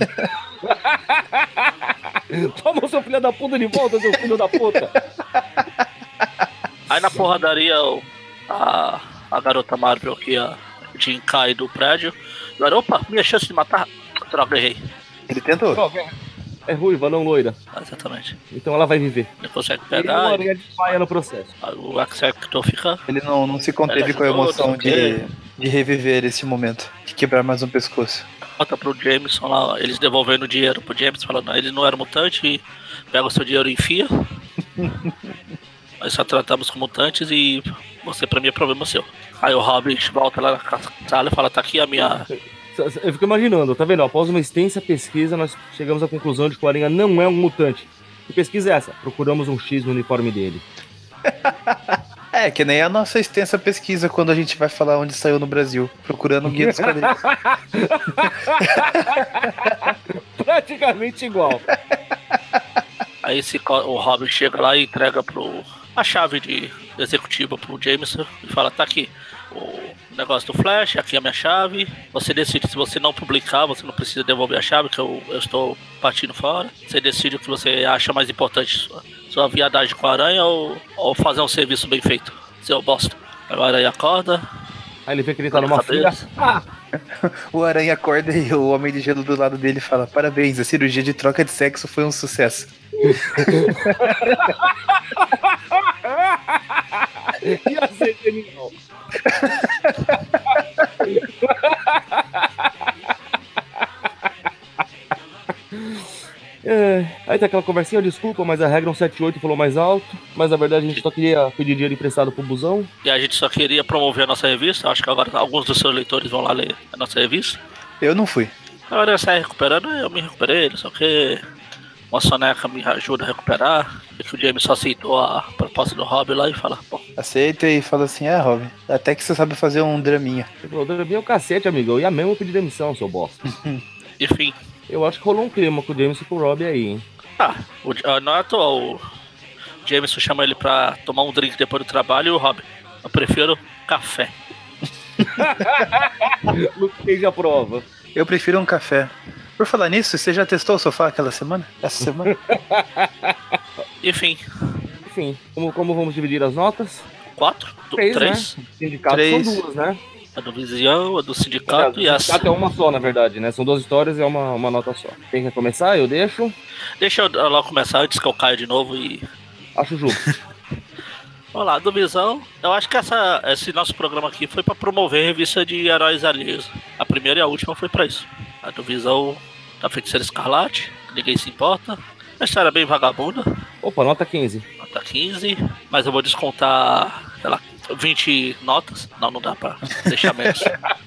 Toma o seu filho da puta de volta, seu filho da puta. Aí na porradaria, o- a, a garota Marvel aqui, a Jean cai do prédio. E ela, opa, minha chance de matar. Droga, errei. Ele tentou. É ruiva, não loira. Ah, exatamente. Então ela vai viver. Ele consegue E o pegar, ele, Aranha desmaia no processo. aí o Executor fica. Ele não, não se conteve Ele com a ajudou, emoção não sei o de, quê. de reviver esse momento. De quebrar mais um pescoço. Bota pro Jameson lá, eles devolvendo o dinheiro pro Jameson, falando, ele não era mutante e pega o seu dinheiro e enfia. Nós só tratamos com mutantes e você pra mim é problema seu. Aí o Hobbit volta lá na sala e fala, tá aqui a minha. Eu fico imaginando, tá vendo? Após uma extensa pesquisa, nós chegamos à conclusão de que o Aranha não é um mutante. Que pesquisa é essa? Procuramos um X no uniforme dele. É, que nem a nossa extensa pesquisa quando a gente vai falar onde saiu no Brasil, procurando o guia dos quadrinhos. Praticamente igual. Aí esse, co- o Hobbit chega lá e entrega pro, a chave de executiva pro Jameson e fala, tá aqui o negócio do Flash, aqui é a minha chave. Você decide, se você não publicar, você não precisa devolver a chave, que eu, eu estou partindo fora. Você decide o que você acha mais importante, sua, sua viadagem com a aranha ou, ou fazer um serviço bem feito, seu bosta. Agora a aranha acorda. Aí ele vê que ele tá numa fila. cabeça. Ah! O Aranha acorda e o Homem de Gelo do lado dele fala: parabéns, a cirurgia de troca de sexo foi um sucesso. Ia ser genial. É, aí tem aquela conversinha, desculpa, mas a regra cento e setenta e oito falou mais alto. Mas na verdade a gente só queria pedir dinheiro emprestado pro busão. E a gente só queria promover a nossa revista. Acho que agora alguns dos seus leitores vão lá ler a nossa revista. Eu não fui. Agora sai recuperando, eu me recuperei, não sei o que. Uma soneca me ajuda a recuperar. E que o James só aceitou a proposta do Rob lá e fala, bom, Aceita e fala assim: ah, Robin, até que você sabe fazer um draminha. Ele falou, dormi o cacete, amigo. Eu ia mesmo pedir demissão, seu bosta. enfim. Eu acho que rolou um clima com o James e com o Rob aí, hein? Ah, o, ah, não é à toa, o Jameson chama ele pra tomar um drink depois do trabalho e o Rob, eu prefiro café. Luke Cage aprova. Eu prefiro um café. Por falar nisso, você já testou o sofá aquela semana? Essa semana? Enfim, Enfim, como, como vamos dividir as notas? quatro, do, Três, três. né? Sindicato Três. são duas, né? A do Vizião, a do sindicato e o essa. sindicato é uma só, na verdade, né? São duas histórias e é uma, uma nota só. Quem quer começar? Eu deixo. Deixa eu logo começar antes que eu caia de novo e... Acho justo. Vamos lá, do Visão, eu acho que essa, esse nosso programa aqui foi pra promover a revista de heróis alheios. A primeira e a última foi pra isso. A do Visão da Feiticeira Escarlate, ninguém se importa. Uma história bem vagabunda, Opa, nota quinze. nota quinze, mas eu vou descontar, sei lá, vinte notas. Não, não dá pra deixar menos.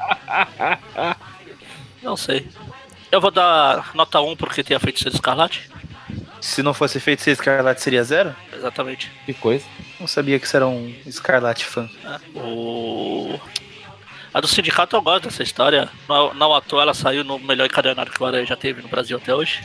Não sei. Eu vou dar nota um porque tem a Feiticeira Escarlate. Se não fosse feito ser Escarlate, seria zero? Exatamente. Que coisa. Não sabia que você era um Escarlate fã. É. O... A do sindicato eu gosto dessa história. Não, não à toa ela saiu no melhor encadernado que o Aranha já teve no Brasil até hoje.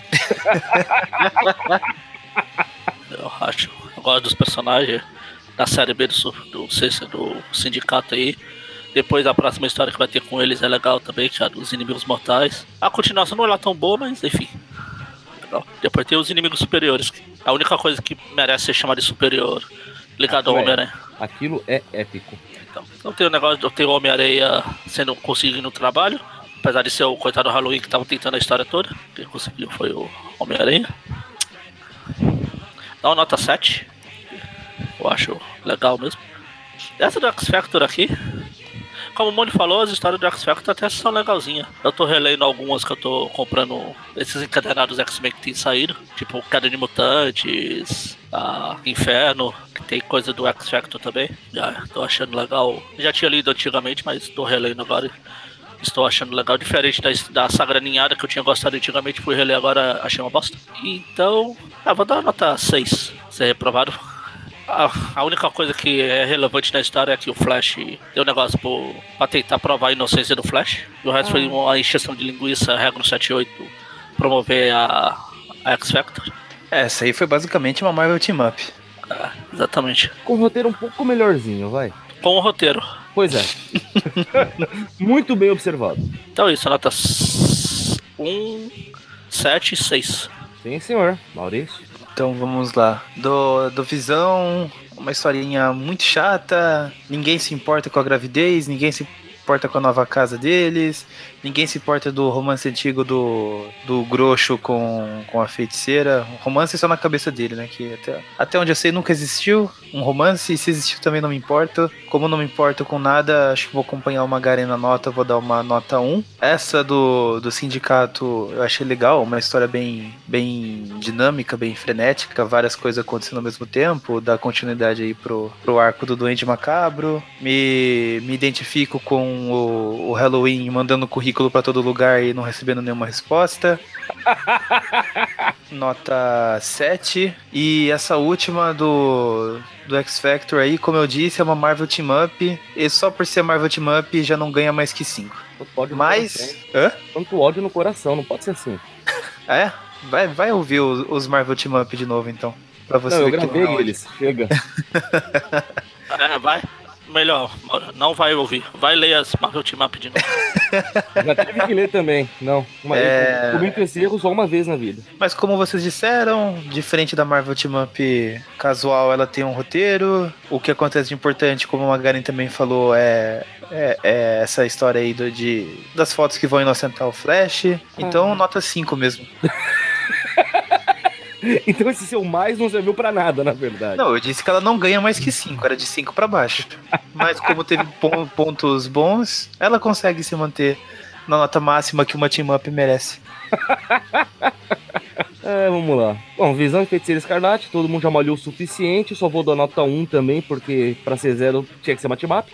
Eu acho. Eu gosto dos personagens da série B do, do, do, do sindicato aí. Depois a próxima história que vai ter com eles é legal também, que é a dos inimigos mortais. A continuação não é lá tão boa, mas enfim. Legal. Depois tem os inimigos superiores. A única coisa que merece ser chamada de superior ligado ao Homem-Aranha. Aquilo é épico. Então, então tem o negócio de ter o Homem-Aranha sendo conseguindo no trabalho. Apesar de ser o coitado do Halloween que tava tentando a história toda. Quem conseguiu foi o Homem-Aranha. Dá uma nota sete. Eu acho legal mesmo. Essa do X-Factor aqui, como o Mônio falou, as histórias do X-Factor até são legalzinhas. Eu tô relendo algumas que eu tô comprando, esses encadernados X-Men que tem saído, tipo Queda de Mutantes, a Inferno, que tem coisa do X-Factor também. Já tô achando legal. Já tinha lido antigamente, mas tô relendo agora. Estou achando legal, diferente da, da Sagra Ninhada que eu tinha gostado antigamente, fui reler agora, achei uma bosta. Então, ah, vou dar uma nota seis, ser reprovado. A, a única coisa que é relevante na história é que o Flash deu um negócio pro, pra tentar provar a inocência do Flash. E o resto ah. foi uma encheção de linguiça, regra no sete e oito, promover a, a X-Factor. Essa aí foi basicamente uma Marvel Team Up. É, exatamente. Com um roteiro um pouco melhorzinho, vai. Com o roteiro. Pois é. Muito bem observado. Então é isso, nota um, sete e seis. Sim, senhor. Maurício. Então vamos lá. Do, do Visão, uma historinha muito chata. Ninguém se importa com a gravidez, ninguém se importa com a nova casa deles, ninguém se importa do romance antigo do, do Groxo com, com a feiticeira. Um romance só na cabeça dele, né? Que até, até onde eu sei nunca existiu um romance, e se existiu também não me importa. Como não me importo com nada, acho que vou acompanhar o Magaren na nota, vou dar uma nota um. Essa do, do sindicato eu achei legal, uma história bem, bem dinâmica, bem frenética, várias coisas acontecendo ao mesmo tempo, dá continuidade aí pro, pro arco do Duende Macabro. Me, me identifico com o, o Halloween mandando currículo pra todo lugar e não recebendo nenhuma resposta. Nota sete. E essa última do, do X-Factor aí, como eu disse, é uma Marvel Team Up. E só por ser Marvel Team Up já não ganha mais que cinco. Mas... Hã? Tanto ódio no coração, não pode ser assim. É? Vai, vai ouvir os, os Marvel Team Up de novo, então. Pra você não, ver eu gravei que não eles. Chega. É, vai. Melhor, não vai ouvir. Vai ler as Marvel Team Up de novo. Já teve que ler também. Não, uma é... vez. Cometo esse erro só uma vez na vida. Mas como vocês disseram, diferente da Marvel Team Up casual, ela tem um roteiro. O que acontece de importante, como a Magaren também falou, é, é, é essa história aí do, de, das fotos que vão inocentar o Flash. Então, ah. nota cinco mesmo. Então esse seu mais não serviu pra nada, na verdade. Não, eu disse que ela não ganha mais que cinco, era de cinco pra baixo. Mas como teve pontos bons, ela consegue se manter na nota máxima que uma Team Up merece. É, vamos lá. Bom, Visão e Feiticeira Escarlate, todo mundo já malhou o suficiente, só vou dar nota um também, porque pra ser zero tinha que ser uma Team Up.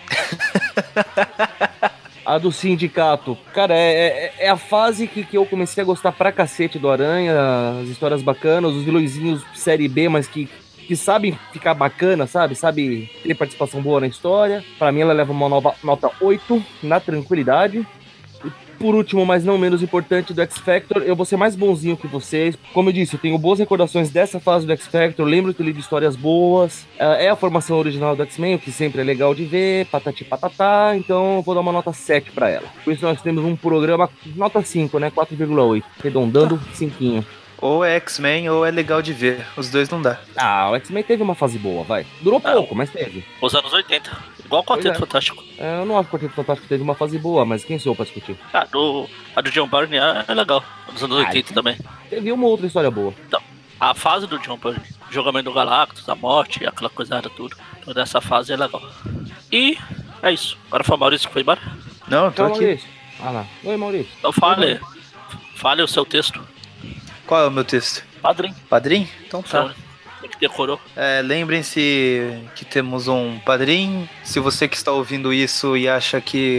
A do Sindicato, cara, é, é, é a fase que, que eu comecei a gostar pra cacete do Aranha, as histórias bacanas, os vilõezinhos série B, mas que, que sabem ficar bacana, sabe? Sabe ter participação boa na história. Pra mim ela leva uma nova nota oito, na tranquilidade. Por último, mas não menos importante, do X-Factor, eu vou ser mais bonzinho que vocês. Como eu disse, eu tenho boas recordações dessa fase do X-Factor, lembro que eu li de histórias boas. É a formação original do X-Men, o que sempre é legal de ver, patati patatá, então eu vou dar uma nota sete pra ela. Por isso nós temos um programa nota cinco, né, quatro vírgula oito, arredondando cinquinho. Ou é X-Men ou é legal de ver, os dois não dá. Ah, o X-Men teve uma fase boa, vai. Durou ah, pouco, mas teve. Os anos oitenta. Igual o Quarteto é. Fantástico. É, eu não acho que o Quarteto Fantástico teve uma fase boa, mas quem sou eu pra discutir? Ah, do, a do John Byrne é legal. Dos anos ah, oitenta também. Teve uma outra história boa. Então, a fase do John Byrne, jogamento do Galactus, a morte, aquela coisa tudo. Toda essa fase é legal. E é isso. Agora foi o Maurício que foi embora? Não, tô aqui. Maurício. Ah lá. Oi, Maurício. Então fale. Fale o seu texto. Qual é o meu texto? Padrim. Padrim? Então tá. Que decorou. É, lembrem-se que temos um Padrim. Se você que está ouvindo isso e acha que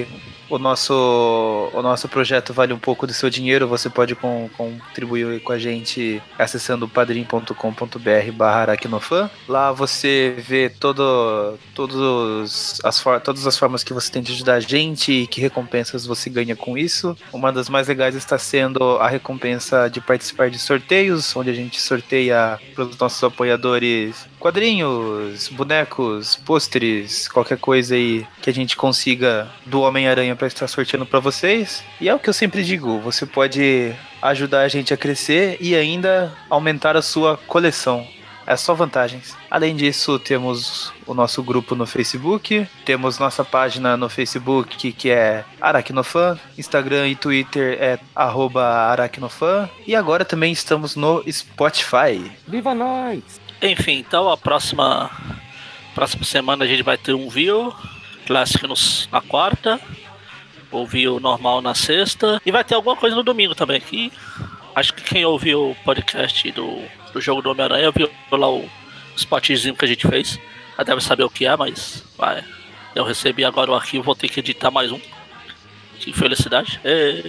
o nosso, o nosso projeto vale um pouco do seu dinheiro, você pode com, contribuir com a gente acessando padrim.com.br barra aracnofan. Lá você vê todo, todos as, todas as formas que você tem de ajudar a gente e que recompensas você ganha com isso. Uma das mais legais está sendo a recompensa de participar de sorteios, onde a gente sorteia para os nossos apoiadores quadrinhos, bonecos, pôsteres, qualquer coisa aí que a gente consiga do Homem-Aranha para estar sorteando para vocês. E é o que eu sempre digo, você pode ajudar a gente a crescer e ainda aumentar a sua coleção. É só vantagens. Além disso, temos o nosso grupo no Facebook, temos nossa página no Facebook que é Aracnofan, Instagram e Twitter é arroba Aracnofan, e agora também estamos no Spotify. Viva nós! Enfim, então a próxima, próxima semana a gente vai ter um view clássico nos, na quarta, o view normal na sexta, e vai ter alguma coisa no domingo também aqui. Acho que quem ouviu o podcast do, do jogo do Homem-Aranha viu lá o spotzinho que a gente fez. Já deve saber o que é, mas vai. Eu recebi agora o arquivo, vou ter que editar mais um. Que felicidade. É.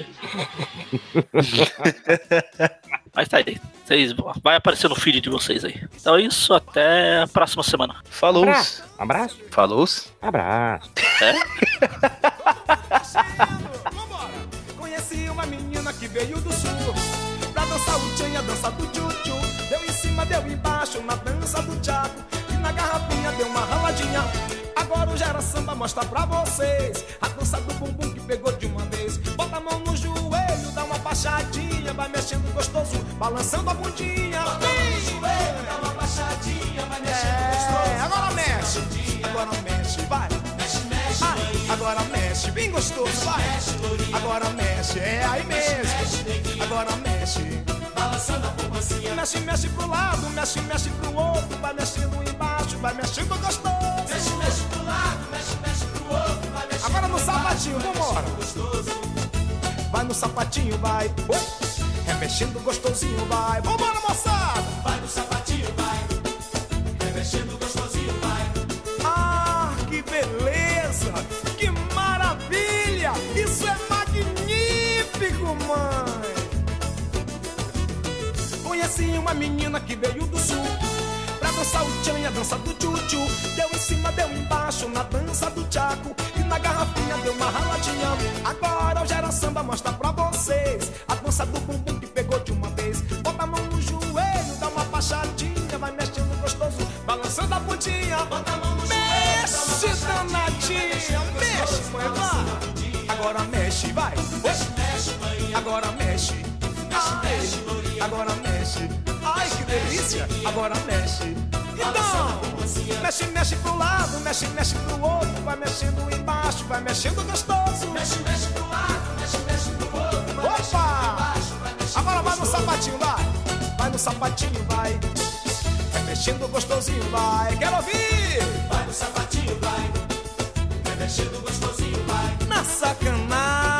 Mas tá aí. Vocês, vai aparecer no feed de vocês aí. Então é isso, até a próxima semana. Falou. Abraço. Abraço. Falou. Abraço. É? Conheci uma menina que veio do sul pra dançar o tchan e a dança do tchu-tchu. Deu em cima, deu embaixo na dança do tchaco, e na garrafinha deu uma raladinha. Agora o Gera Samba mostra pra vocês a dança do bumbum que pegou de uma vez. Bota a mão no joelho, dá uma baixadinha, vai mexendo gostoso, balançando a bundinha. Bota a mão no joelho, dá uma baixadinha, vai mexendo gostoso. É, agora mexe, agora mexe, vai. Mexe, mexe, ah, agora mexe, bem gostoso, vai. Agora mexe, é aí mesmo. Agora mexe, balançando a bombacinha. Mexe, mexe pro lado, mexe, mexe pro outro, vai mexendo embaixo, vai mexendo gostoso. Mexe, mexe pro lado, mexe, mexe pro outro, vai mexendo. Agora no sapatinho, vambora. Vai no sapatinho, vai. Oi. Remexendo gostosinho, vai. Vambora, moçada. Vai no sapatinho, vai. Remexendo gostosinho, vai. Ah, que beleza. Que maravilha. Isso é magnífico, mãe. Conheci uma menina que veio do sul pra dançar o tchan e a dança do tchu-tchu. Deu em cima, deu embaixo na dança do tchaco, e na garrafinha deu uma raladinha. Agora o Gera Samba mostra pra vocês a dança do bumbum que pegou de uma vez. Bota a mão no joelho, dá uma baixadinha, vai mexendo gostoso, balançando a bundinha. Bota a mão no joelho, mexe, danadinha, mexe, mãe, vai. Agora mexe, vai. Mexe, mexe, mãe. Agora mexe. Ai, agora mexe. Ai, que delícia. Agora mexe. Então, mexe, mexe pro lado, mexe, mexe pro outro, vai mexendo embaixo, vai mexendo gostoso. Mexe, mexe pro lado, mexe, mexe pro outro, vai mexendo embaixo, vai mexendo. Agora vai no sapatinho, vai. Vai no sapatinho, vai. Vai mexendo gostosinho, vai. Quero ouvir. Vai no sapatinho, vai. Vai mexendo gostosinho, vai. Na sacanagem.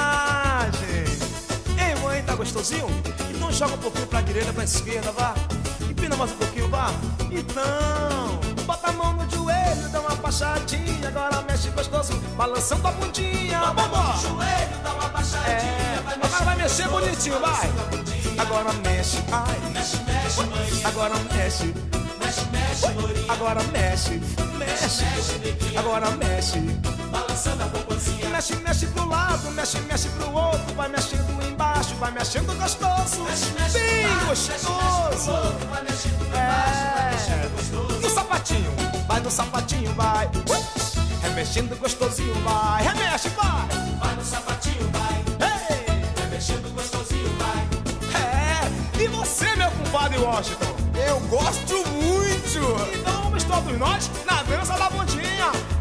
Ei, mãe, tá gostosinho? Então joga um pouquinho pra direita, pra esquerda, vá. Empina mais um pouquinho, vá. Então, bota a mão no joelho, dá uma baixadinha, agora mexe gostoso, balançando a bundinha. Bota a mão no joelho, dá uma baixadinha, é, vai agora vai mexer bonitinho, vai. Agora mexe, ai. Mexe, mexe, mãe. Agora mexe. Mexe, mexe, mãe. Agora mexe, mexe. Agora mexe. Balançando a bombacinha. Mexe, mexe pro lado, mexe, mexe pro outro, vai mexendo embaixo, vai mexendo gostoso. Mexe, mexe, bem gostoso. Vai mexendo embaixo, vai mexendo gostoso. No sapatinho, vai no sapatinho, vai. Remexendo gostosinho, vai. Remexe, vai. Vai no sapatinho, vai. Hey. Remexendo gostosinho, vai. É, e você, meu compadre Washington? Eu gosto muito. Então vamos todos nós na dança da bundinha.